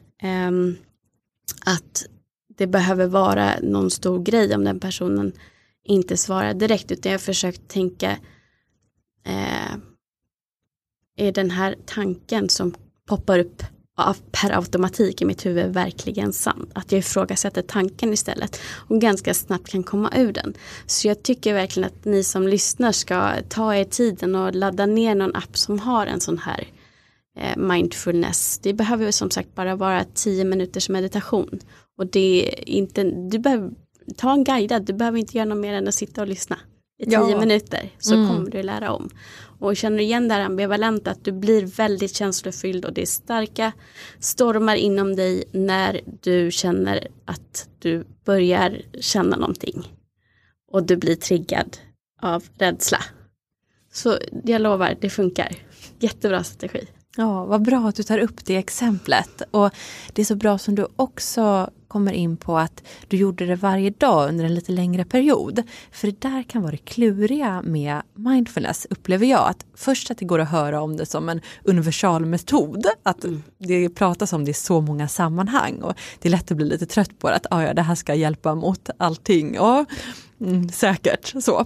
[SPEAKER 1] Att det behöver vara någon stor grej om den personen inte svarar direkt. Utan jag har försökt tänka, är den här tanken som poppar upp per automatik i mitt huvud verkligen sann? Att jag ifrågasätter tanken istället och ganska snabbt kan komma ur den. Så jag tycker verkligen att ni som lyssnar ska ta er tiden och ladda ner någon app som har en sån här mindfulness. Det behöver som sagt bara vara 10 minuters meditation. Och det är inte, du behöver ta en guidad, du behöver inte göra något mer än att sitta och lyssna i 10 minuter så kommer du lära om. Och känner du igen det här ambivalenta att du blir väldigt känslofylld och det är starka stormar inom dig när du känner att du börjar känna någonting och du blir triggad av rädsla. Så jag lovar, det funkar. Jättebra strategi.
[SPEAKER 2] Ja, vad bra att du tar upp det exemplet. Och det är så bra som du också kommer in på att du gjorde det varje dag under en lite längre period. För det där kan vara det kluriga med mindfulness, upplever jag. Att först att det går att höra om det som en universal metod. Att det pratas om det i så många sammanhang. Och det är lätt att bli lite trött på det. Att det här ska hjälpa mot allting. Och, säkert så.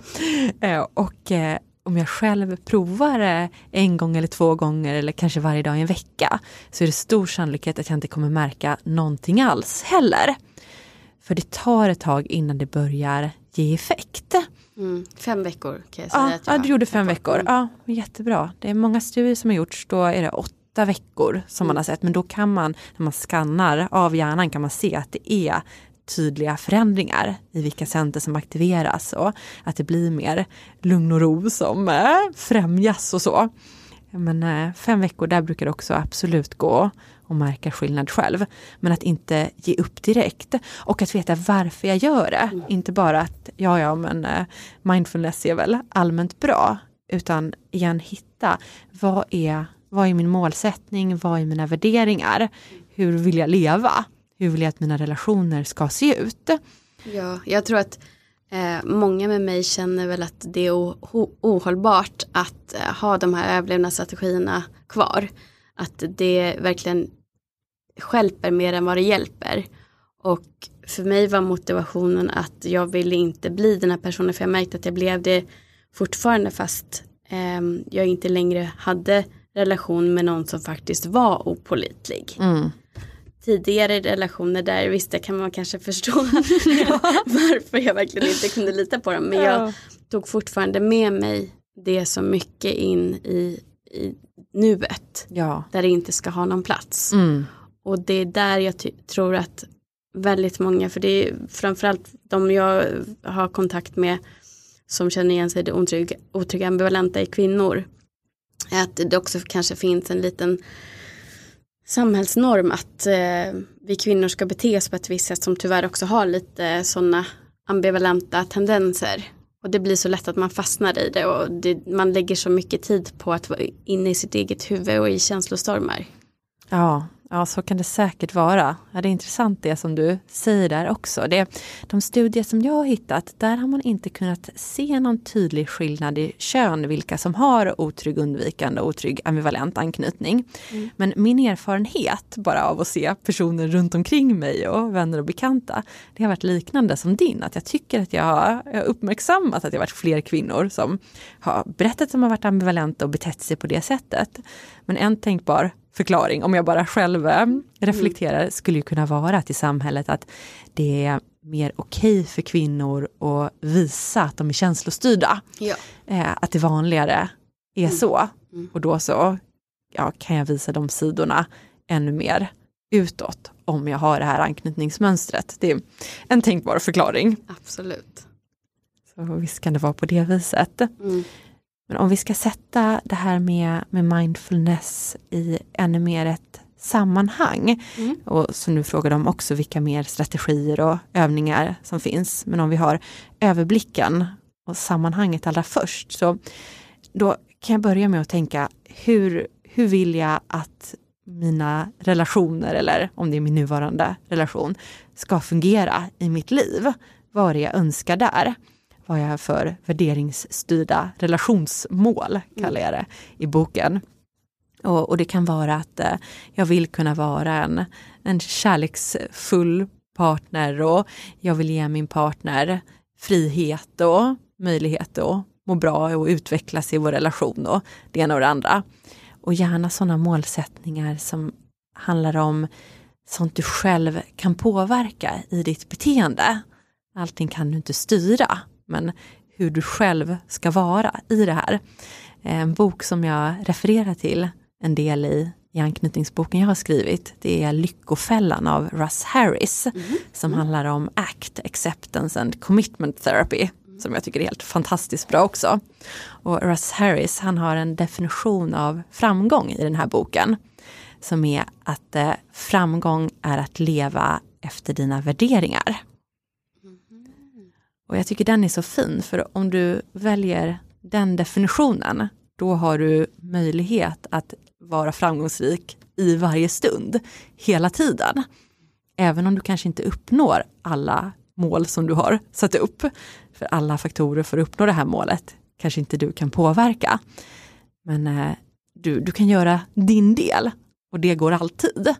[SPEAKER 2] Om jag själv provar 1 gång eller 2 gånger eller kanske varje dag i en vecka så är det stor sannolikhet att jag inte kommer märka någonting alls heller. För det tar ett tag innan det börjar ge effekt.
[SPEAKER 1] 5 veckor kan jag säga.
[SPEAKER 2] Ja, du gjorde 5 veckor. Ja, jättebra. Det är många studier som har gjorts, då är det 8 veckor som man har sett. Men då kan man, när man skannar av hjärnan kan man se att det är tydliga förändringar i vilka center som aktiveras och att det blir mer lugn och ro som främjas och så. Men 5 veckor, där brukar det också absolut gå och märka skillnad själv. Men att inte ge upp direkt och att veta varför jag gör det. Inte bara att men mindfulness är väl allmänt bra, utan igen hitta vad är min målsättning, vad är mina värderingar, hur vill jag leva? Hur vill jag att mina relationer ska se ut?
[SPEAKER 1] Ja, jag tror att många med mig känner väl att det är ohållbart att ha de här överlevnadsstrategierna kvar. Att det verkligen stjälper mer än vad det hjälper. Och för mig var motivationen att jag ville inte bli den här personen. För jag märkte att jag blev det fortfarande fast jag inte längre hade relation med någon som faktiskt var opålitlig. Tidigare relationer där, visst det kan man kanske förstå varför jag verkligen inte kunde lita på dem. Men jag tog fortfarande med mig det så mycket in i nuet. Ja. Där det inte ska ha någon plats. Och det är där jag tror att väldigt många, för det är framförallt de jag har kontakt med som känner igen sig, det otrygga ambivalenta i kvinnor, att det också kanske finns en liten samhällsnorm att vi kvinnor ska bete oss på ett visst sätt som tyvärr också har lite sådana ambivalenta tendenser. Och det blir så lätt att man fastnar i det och man lägger så mycket tid på att vara inne i sitt eget huvud och i känslostormar.
[SPEAKER 2] Ja, så kan det säkert vara. Ja, det är intressant det som du säger där också. De studier som jag har hittat, där har man inte kunnat se någon tydlig skillnad i kön, vilka som har otrygg undvikande och otrygg ambivalent anknytning. Men min erfarenhet bara av att se personer runt omkring mig och vänner och bekanta, det har varit liknande som din. Att jag tycker att jag har uppmärksammat att det har varit fler kvinnor som har berättat att de har varit ambivalenta och betett sig på det sättet. Men en tänkbar förklaring, om jag bara själv reflekterar, skulle ju kunna vara att i samhället att det är mer okej för kvinnor att visa att de är känslostyrda.
[SPEAKER 1] Ja.
[SPEAKER 2] Att det vanligare är så. Och då så kan jag visa de sidorna ännu mer utåt om jag har det här anknytningsmönstret. Det är en tänkbar förklaring.
[SPEAKER 1] Absolut.
[SPEAKER 2] Så visst kan det vara på det viset. Men om vi ska sätta det här med mindfulness i ännu mer ett sammanhang. Och så nu frågar de också vilka mer strategier och övningar som finns. Men om vi har överblicken och sammanhanget allra först. Så då kan jag börja med att tänka hur vill jag att mina relationer, eller om det är min nuvarande relation, ska fungera i mitt liv. Vad är det jag önskar där? Vad jag har för värderingsstyrda relationsmål, kallar jag det i boken. Och det kan vara att jag vill kunna vara en kärleksfull partner, och jag vill ge min partner frihet och möjlighet att må bra och utvecklas i vår relation och det ena och det andra. Och gärna sådana målsättningar som handlar om sånt du själv kan påverka i ditt beteende. Allting kan du inte styra, men hur du själv ska vara i det här. En bok som jag refererar till en del i anknytningsboken jag har skrivit, det är Lyckofällan av Russ Harris, som handlar om ACT, Acceptance and Commitment Therapy, som jag tycker är helt fantastiskt bra också. Och Russ Harris, han har en definition av framgång i den här boken, som är att framgång är att leva efter dina värderingar. Och jag tycker den är så fin, för om du väljer den definitionen, då har du möjlighet att vara framgångsrik i varje stund, hela tiden. Även om du kanske inte uppnår alla mål som du har satt upp. För alla faktorer för att uppnå det här målet kanske inte du kan påverka. Men du kan göra din del, och det går alltid.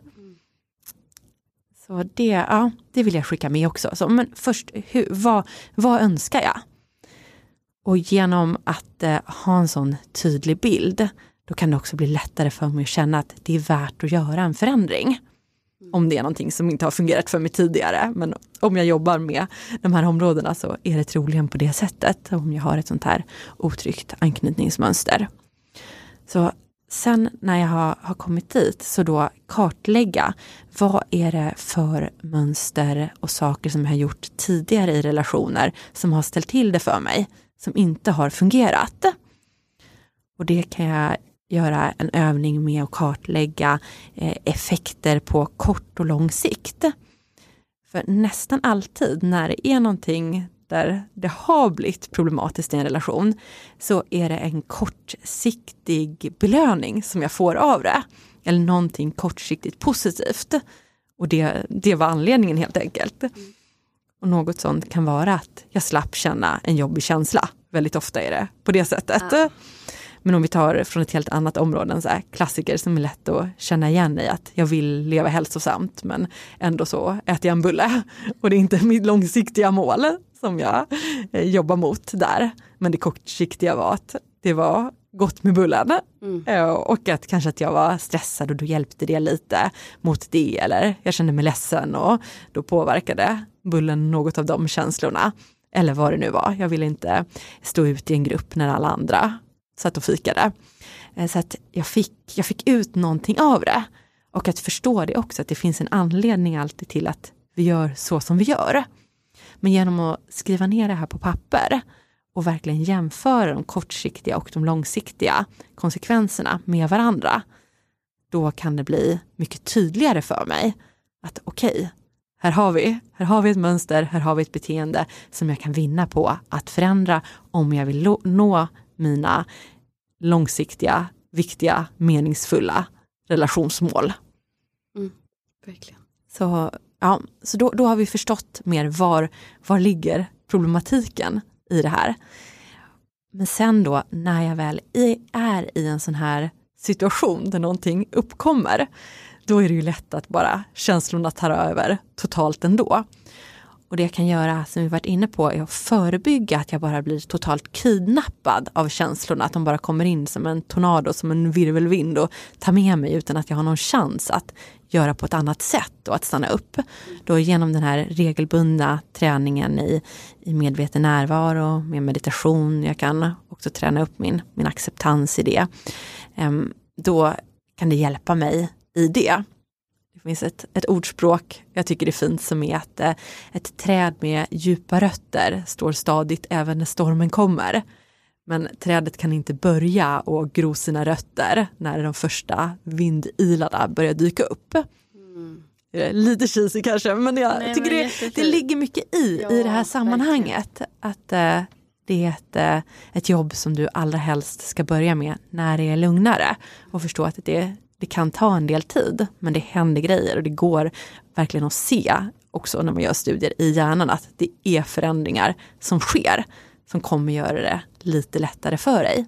[SPEAKER 2] Så det vill jag skicka med också. Så, men först, vad önskar jag? Och genom att ha en sån tydlig bild, då kan det också bli lättare för mig att känna att det är värt att göra en förändring. Om det är någonting som inte har fungerat för mig tidigare. Men om jag jobbar med de här områdena, så är det troligen på det sättet. Om jag har ett sånt här otryggt anknytningsmönster. Så sen när jag har kommit dit, så då kartlägga vad är det för mönster och saker som jag har gjort tidigare i relationer som har ställt till det för mig, som inte har fungerat. Och det kan jag göra en övning med att kartlägga effekter på kort och lång sikt. För nästan alltid när det är någonting där det har blivit problematiskt i en relation, så är det en kortsiktig belöning som jag får av det. Eller någonting kortsiktigt positivt. Och det var anledningen helt enkelt. Och något sånt kan vara att jag slapp känna en jobbig känsla. Väldigt ofta är det på det sättet. Men om vi tar från ett helt annat område, så här klassiker som är lätt att känna igen i, att jag vill leva hälsosamt, men ändå så äter jag en bulle. Och det är inte mitt långsiktiga mål som jag jobbar mot där. Men det kortsiktiga var att det var gott med bullen. Och att kanske att jag var stressad, och då hjälpte det lite mot det. Eller jag kände mig ledsen, och då påverkade bullen något av de känslorna. Eller vad det nu var. Jag ville inte stå ut i en grupp när alla andra satt och fikade. Så att jag fick ut någonting av det. Och att förstå det också, att det finns en anledning alltid till att vi gör så som vi gör. Men genom att skriva ner det här på papper och verkligen jämföra de kortsiktiga och de långsiktiga konsekvenserna med varandra, då kan det bli mycket tydligare för mig att okej, här har vi ett mönster, här har vi ett beteende som jag kan vinna på att förändra om jag vill nå mina långsiktiga, viktiga, meningsfulla relationsmål.
[SPEAKER 1] Verkligen.
[SPEAKER 2] Så då har vi förstått mer var ligger problematiken i det här. Men sen då, när jag väl är i en sån här situation där någonting uppkommer, då är det ju lätt att bara känslorna tar över totalt ändå. Och det jag kan göra, som vi varit inne på, är att förebygga att jag bara blir totalt kidnappad av känslorna. Att de bara kommer in som en tornado, som en virvelvind och tar med mig utan att jag har någon chans att göra på ett annat sätt och att stanna upp. Då genom den här regelbundna träningen i medveten närvaro, med meditation, jag kan också träna upp min acceptans i det. Då kan det hjälpa mig i det. Det finns ett ordspråk jag tycker det är fint, som är att ett träd med djupa rötter står stadigt även när stormen kommer. Men trädet kan inte börja och gro sina rötter när de första vindilarna börjar dyka upp. Lite cheesy kanske, men jag tycker det ligger mycket i det här sammanhanget. Verkligen. Att det är ett jobb som du allra helst ska börja med när det är lugnare. Och förstå att det kan ta en del tid, men det händer grejer och det går verkligen att se också när man gör studier i hjärnan att det är förändringar som sker som kommer göra det lite lättare för dig.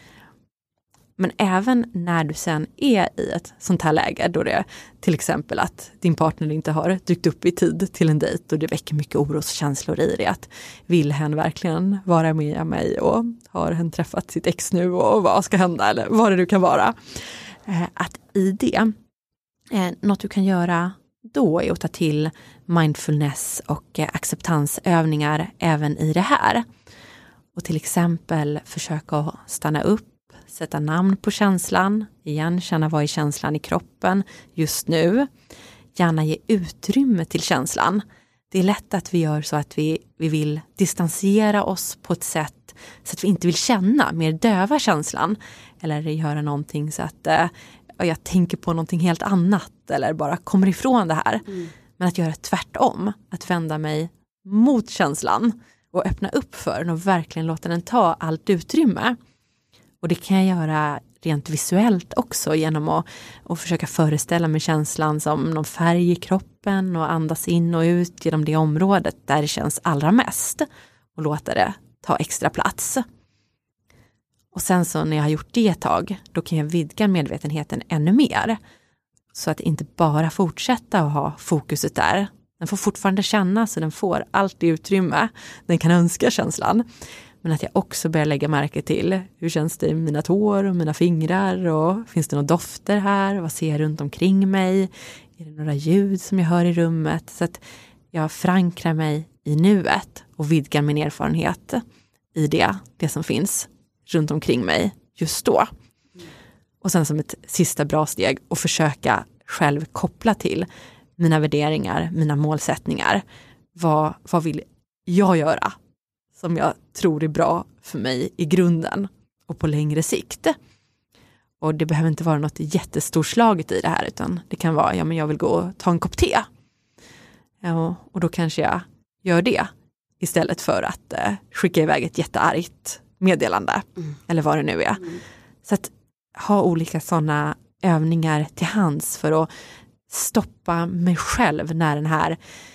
[SPEAKER 2] Men även när du sen är i ett sånt här läge då det är till exempel att din partner inte har dykt upp i tid till en dejt och det väcker mycket oroskänslor i det, att vill hen verkligen vara med mig och har hen träffat sitt ex nu och vad ska hända eller vad det nu kan vara. Att i det, något du kan göra då är att ta till mindfulness och acceptansövningar även i det här. Och till exempel försöka stanna upp, sätta namn på känslan, igen känna vad är känslan i kroppen just nu. Gärna ge utrymme till känslan. Det är lätt att vi gör så att vi vill distansera oss på ett sätt så att vi inte vill känna, mer döva känslan. Eller göra någonting så att jag tänker på någonting helt annat eller bara kommer ifrån det här. Men att göra tvärtom, att vända mig mot känslan och öppna upp för den och verkligen låta den ta allt utrymme. Och det kan jag göra rent visuellt också genom att försöka föreställa mig känslan som någon färg i kroppen och andas in och ut genom det området där det känns allra mest och låta det ta extra plats. Och sen så när jag har gjort det ett tag, då kan jag vidga medvetenheten ännu mer. Så att inte bara fortsätta att ha fokuset där. Den får fortfarande kännas och den får allt det utrymme. Den kan önska känslan. Men att jag också börjar lägga märke till hur känns det i mina tår och mina fingrar. Och finns det några dofter här? Vad ser jag runt omkring mig? Är det några ljud som jag hör i rummet? Så att jag förankrar mig i nuet och vidgar min erfarenhet i det som finns runt omkring mig just då. Och sen som ett sista bra steg att försöka själv koppla till mina värderingar, mina målsättningar. Vad vill jag göra som jag tror är bra för mig i grunden och på längre sikt? Och det behöver inte vara något jättestorslaget i det här, utan det kan vara, men jag vill gå och ta en kopp te. Och då kanske jag gör det istället för att skicka iväg ett jätteargt meddelande eller vad det nu är. Så att ha olika sådana övningar till hands för att stoppa mig själv när den här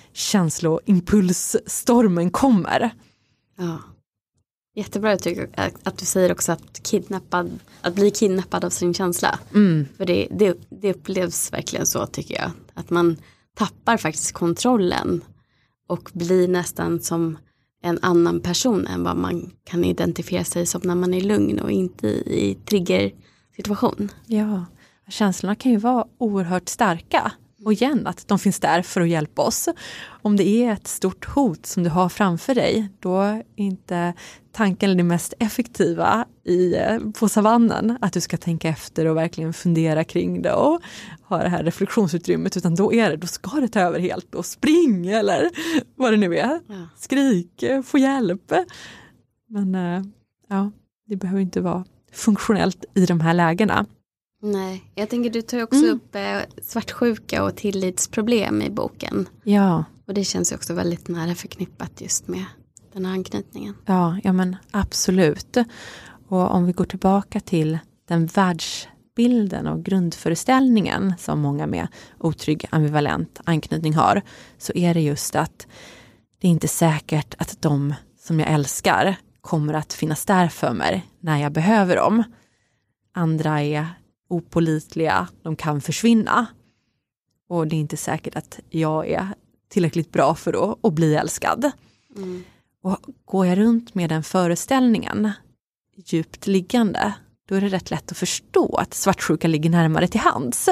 [SPEAKER 2] känsloimpulsstormen kommer.
[SPEAKER 1] Ja. Jättebra jag tycker att du säger också att bli kidnappad av sin känsla. För det upplevs verkligen så, tycker jag. Att man tappar faktiskt kontrollen och blir nästan som en annan person än vad man kan identifiera sig som när man är lugn och inte i triggersituation.
[SPEAKER 2] Ja, känslorna kan ju vara oerhört starka Och igen, att de finns där för att hjälpa oss. Om det är ett stort hot som du har framför dig, då är inte tanken det mest effektiva på savannen. Att du ska tänka efter och verkligen fundera kring det och ha det här reflektionsutrymmet. Utan då ska det ta över helt och spring eller vad det nu är. Ja. Skrik, få hjälp. Men det behöver inte vara funktionellt i de här lägena.
[SPEAKER 1] Nej, jag tänker du tar också upp svartsjuka och tillitsproblem i boken.
[SPEAKER 2] Ja.
[SPEAKER 1] Och det känns också väldigt nära förknippat just med den här anknytningen.
[SPEAKER 2] Ja men absolut. Och om vi går tillbaka till den världsbilden och grundföreställningen som många med otrygg ambivalent anknytning har, så är det just att det är inte säkert att de som jag älskar kommer att finnas där för mig när jag behöver dem. Andra är opålitliga, de kan försvinna. Och det är inte säkert att jag är tillräckligt bra för att bli älskad. Mm. Och går jag runt med den föreställningen djupt liggande, då är det rätt lätt att förstå att svartsjuka ligger närmare till hands.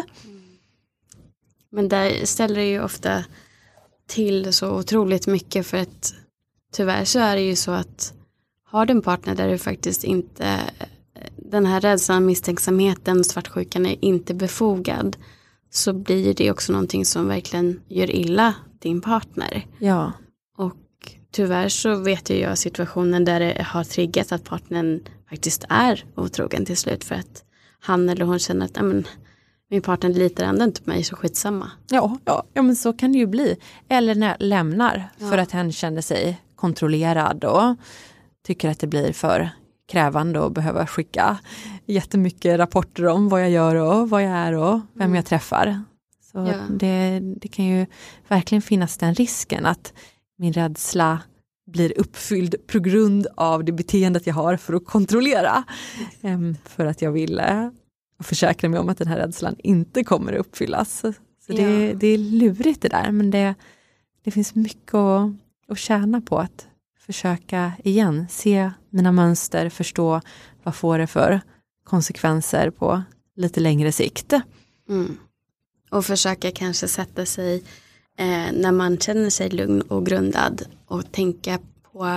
[SPEAKER 1] Men där ställer det ju ofta till så otroligt mycket, för att tyvärr så är det ju så att har du en partner där du faktiskt inte, den här rädslan, misstänksamheten, svartsjukan är inte befogad, så blir det också någonting som verkligen gör illa din partner.
[SPEAKER 2] Ja.
[SPEAKER 1] Och tyvärr så vet jag situationen där det har triggat att partnern faktiskt är otrogen till slut, för att han eller hon känner att min partner litar ändå inte på mig, så skitsamma.
[SPEAKER 2] Ja, men så kan det ju bli. Eller när lämnar för att hen känner sig kontrollerad och tycker att det blir för krävande att behöva skicka jättemycket rapporter om vad jag gör och vad jag är och vem jag träffar. Så det kan ju verkligen finnas den risken att min rädsla blir uppfylld på grund av det beteendet jag har för att kontrollera. För att jag vill försäkra mig om att den här rädslan inte kommer att uppfyllas. Så det är lurigt det där, men det finns mycket att tjäna på att försöka igen se mina mönster, förstå vad får det för konsekvenser på lite längre sikt.
[SPEAKER 1] Mm. Och försöka kanske sätta sig när man känner sig lugn och grundad och tänka på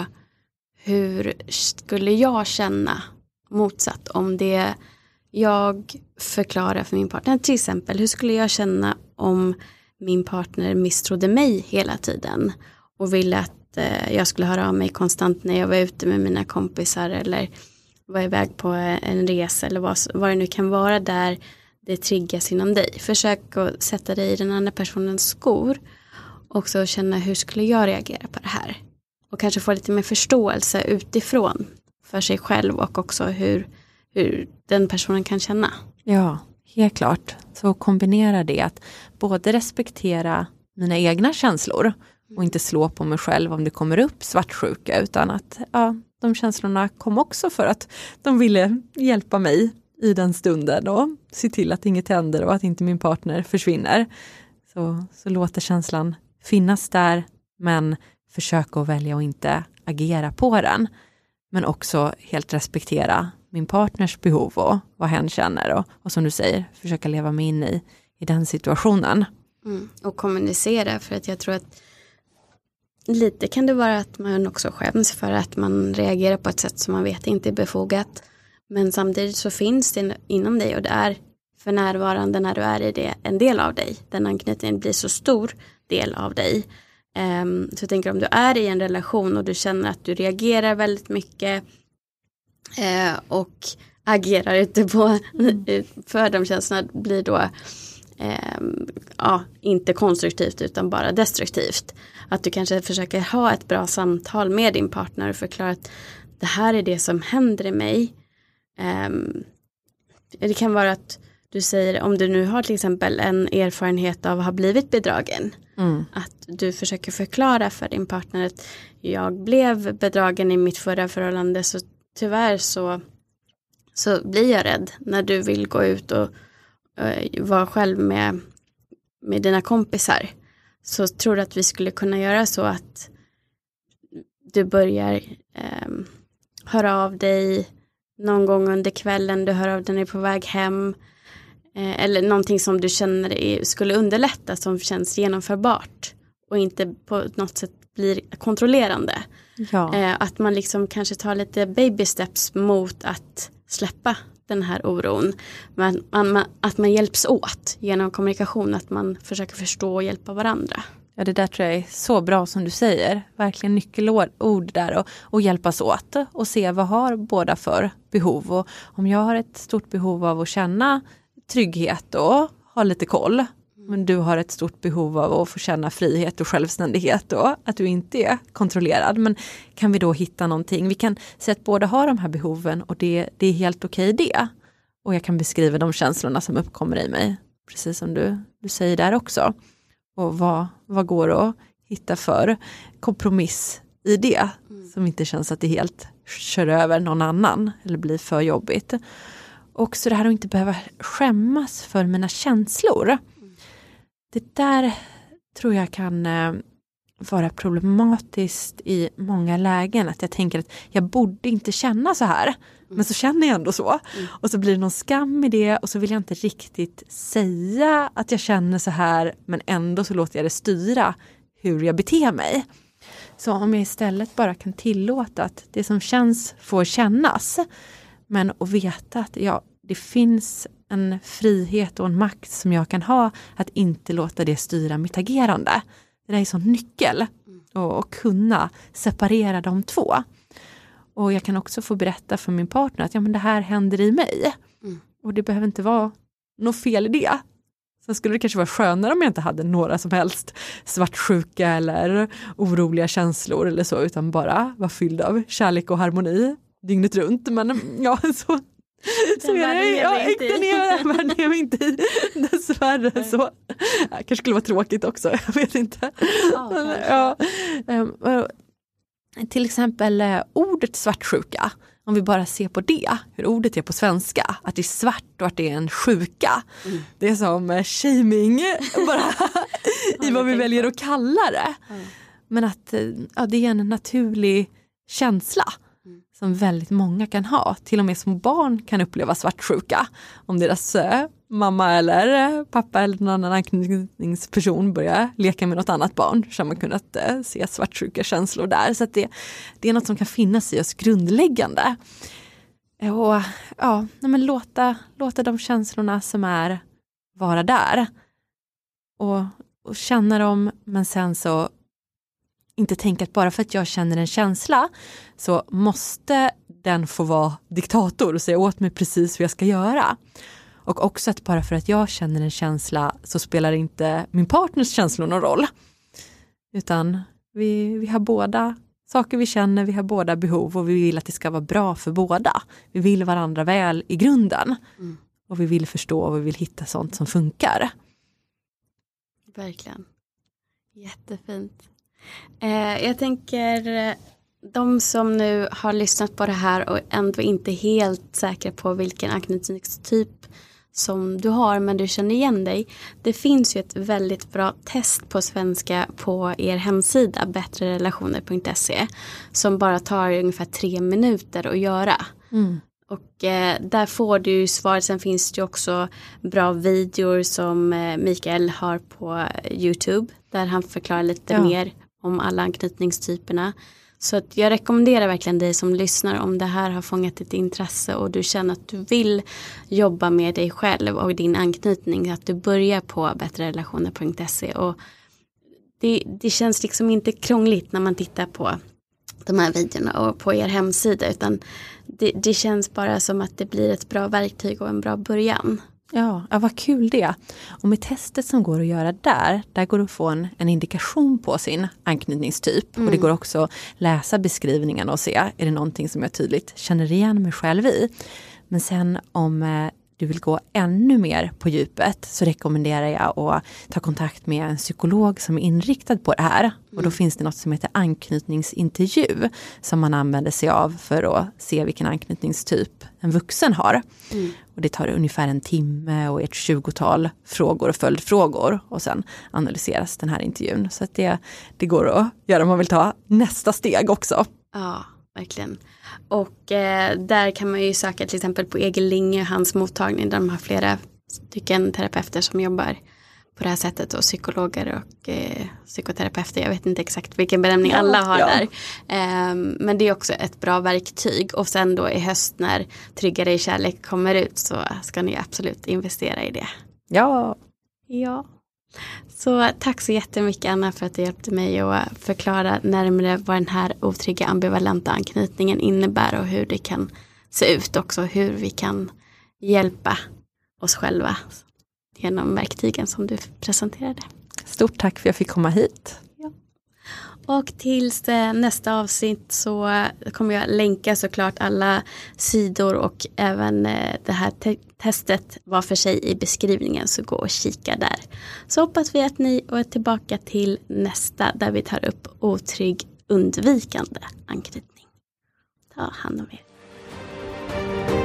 [SPEAKER 1] hur skulle jag känna motsatt om det jag förklarar för min partner. Till exempel, hur skulle jag känna om min partner misstrodde mig hela tiden och ville att jag skulle höra av mig konstant när jag var ute med mina kompisar eller var iväg på en resa eller vad det nu kan vara där det triggas inom dig. Försök att sätta dig i den andra personens skor och så känna hur skulle jag reagera på det här. Och kanske få lite mer förståelse utifrån för sig själv och också hur den personen kan känna.
[SPEAKER 2] Ja, helt klart. Så kombinera det att både respektera mina egna känslor och inte slå på mig själv om det kommer upp svartsjuka, utan att de känslorna kom också för att de ville hjälpa mig i den stunden och se till att inget händer och att inte min partner försvinner. Så låter känslan finnas där, men försök att välja att inte agera på den. Men också helt respektera min partners behov och vad hen känner och som du säger, försöka leva mig in i den situationen.
[SPEAKER 1] Och kommunicera, för att jag tror att lite kan det vara att man också skäms för att man reagerar på ett sätt som man vet inte är befogat. Men samtidigt så finns det inom dig och det är för närvarande när du är i det en del av dig. Den anknytningen blir så stor del av dig. Så jag tänker om du är i en relation och du känner att du reagerar väldigt mycket och agerar ute på för de känslorna blir då inte konstruktivt utan bara destruktivt. Att du kanske försöker ha ett bra samtal med din partner och förklara att det här är det som händer i mig. Det kan vara att du säger, om du nu har till exempel en erfarenhet av att ha blivit bedragen, att du försöker förklara för din partner att jag blev bedragen i mitt förra förhållande, så tyvärr så blir jag rädd när du vill gå ut och vara själv med dina kompisar. Så tror du att vi skulle kunna göra så att du börjar höra av dig någon gång under kvällen, du hör av dig när du är på väg hem. eller någonting som du känner skulle underlätta, som känns genomförbart och inte på något sätt blir kontrollerande.
[SPEAKER 2] Ja.
[SPEAKER 1] Att man liksom kanske tar lite baby steps mot att släppa den här oron. Men att man hjälps åt genom kommunikation, att man försöker förstå och hjälpa varandra.
[SPEAKER 2] Ja, det där tror jag är så bra som du säger. Verkligen nyckelord där och hjälpas åt och se vad har båda för behov. Och om jag har ett stort behov av att känna trygghet och ha lite koll, men du har ett stort behov av att få känna frihet och självständighet och att du inte är kontrollerad. Men kan vi då hitta någonting? Vi kan säga att båda har de här behoven och det är helt okej det. Och jag kan beskriva de känslorna som uppkommer i mig. Precis som du säger där också. Och vad går att hitta för kompromiss i det. Som inte känns att det helt kör över någon annan eller blir för jobbigt. Och så det här att inte behöva skämmas för mina känslor. Det där tror jag kan vara problematiskt i många lägen. Att jag tänker att jag borde inte känna så här. Men så känner jag ändå så. Och så blir det någon skam i det. Och så vill jag inte riktigt säga att jag känner så här. Men ändå så låter jag det styra hur jag beter mig. Så om jag istället bara kan tillåta att det som känns får kännas. Men att veta att det finns en frihet och en makt som jag kan ha, att inte låta det styra mitt agerande. Det där är sån nyckel och kunna separera de två. Och jag kan också få berätta för min partner att men det här händer i mig. Och det behöver inte vara något fel i det. Sen skulle det kanske vara skönare om jag inte hade några som helst svartsjuka eller oroliga känslor eller så, utan bara var fylld av kärlek och harmoni dygnet runt. Men ja, så är det jag inte i. Dessvärre så. Kanske skulle vara tråkigt också, jag vet inte. Till exempel ordet svartsjuka. Om vi bara ser på det, hur ordet är på svenska. Att det är svart och att det är en sjuka. Det är som shaming bara i vad vi väljer att kalla det. Men att det är en naturlig känsla som väldigt många kan ha. Till och med små barn kan uppleva svartsjuka. Om deras mamma eller pappa eller någon annan anknytningsperson börjar leka med något annat barn, så har man kunnat se svartsjuka känslor där. Så att det är något som kan finnas i oss grundläggande. Och men låta de känslorna som är vara där. Och känna dem, men sen så inte tänka att bara för att jag känner en känsla så måste den få vara diktator och säga åt mig precis vad jag ska göra. Och också att bara för att jag känner en känsla så spelar inte min partners känslor någon roll. Utan vi har båda saker vi känner, vi har båda behov och vi vill att det ska vara bra för båda. Vi vill varandra väl i grunden. Och vi vill förstå och vi vill hitta sånt som funkar.
[SPEAKER 1] Verkligen. Jättefint. Jag tänker, de som nu har lyssnat på det här och ändå inte helt säkra på vilken anknytningstyp som du har, men du känner igen dig. Det finns ju ett väldigt bra test på svenska på er hemsida bättrerelationer.se som bara tar ungefär 3 minuter att göra. Och där får du ju svar. Sen finns det ju också bra videor som Mikael har på YouTube där han förklarar lite mer om alla anknytningstyperna. Så att jag rekommenderar verkligen dig som lyssnar, om det här har fångat ditt intresse och du känner att du vill jobba med dig själv och din anknytning, att du börjar på bättrerelationer.se. Och det känns liksom inte krångligt när man tittar på de här videorna och på er hemsida, utan det känns bara som att det blir ett bra verktyg och en bra början.
[SPEAKER 2] Ja, vad kul det. Och med testet som går att göra där går det att få en indikation på sin anknytningstyp. Och det går också att läsa beskrivningen och se, är det någonting som jag tydligt känner igen mig själv i. Men sen om du vill gå ännu mer på djupet så rekommenderar jag att ta kontakt med en psykolog som är inriktad på det här. Och då finns det något som heter anknytningsintervju som man använder sig av för att se vilken anknytningstyp en vuxen har. Och det tar ungefär 1 timme och ett 20-tal frågor och följdfrågor och sen analyseras den här intervjun. Så att det går att göra om man vill ta nästa steg också.
[SPEAKER 1] Ja, verkligen. Och där kan man ju söka till exempel på Egil Linge, hans mottagning där de har flera stycken terapeuter som jobbar på det här sättet och psykologer och psykoterapeuter. Jag vet inte exakt vilken benämning alla har där. Men det är också ett bra verktyg. Och sen då i höst när Trygga dig kärlek kommer ut så ska ni absolut investera i det.
[SPEAKER 2] Ja.
[SPEAKER 1] Så tack så jättemycket Anna för att du hjälpte mig att förklara närmare vad den här otrygga ambivalenta anknytningen innebär och hur det kan se ut också. Hur vi kan hjälpa oss själva genom verktygen som du presenterade.
[SPEAKER 2] Stort tack för att jag fick komma hit.
[SPEAKER 1] Ja. Och tills nästa avsnitt så kommer jag länka såklart alla sidor och även det här testet var för sig i beskrivningen, så gå och kika där. Så hoppas vi att ni är tillbaka till nästa där vi tar upp otrygg undvikande anknytning. Ta hand om er.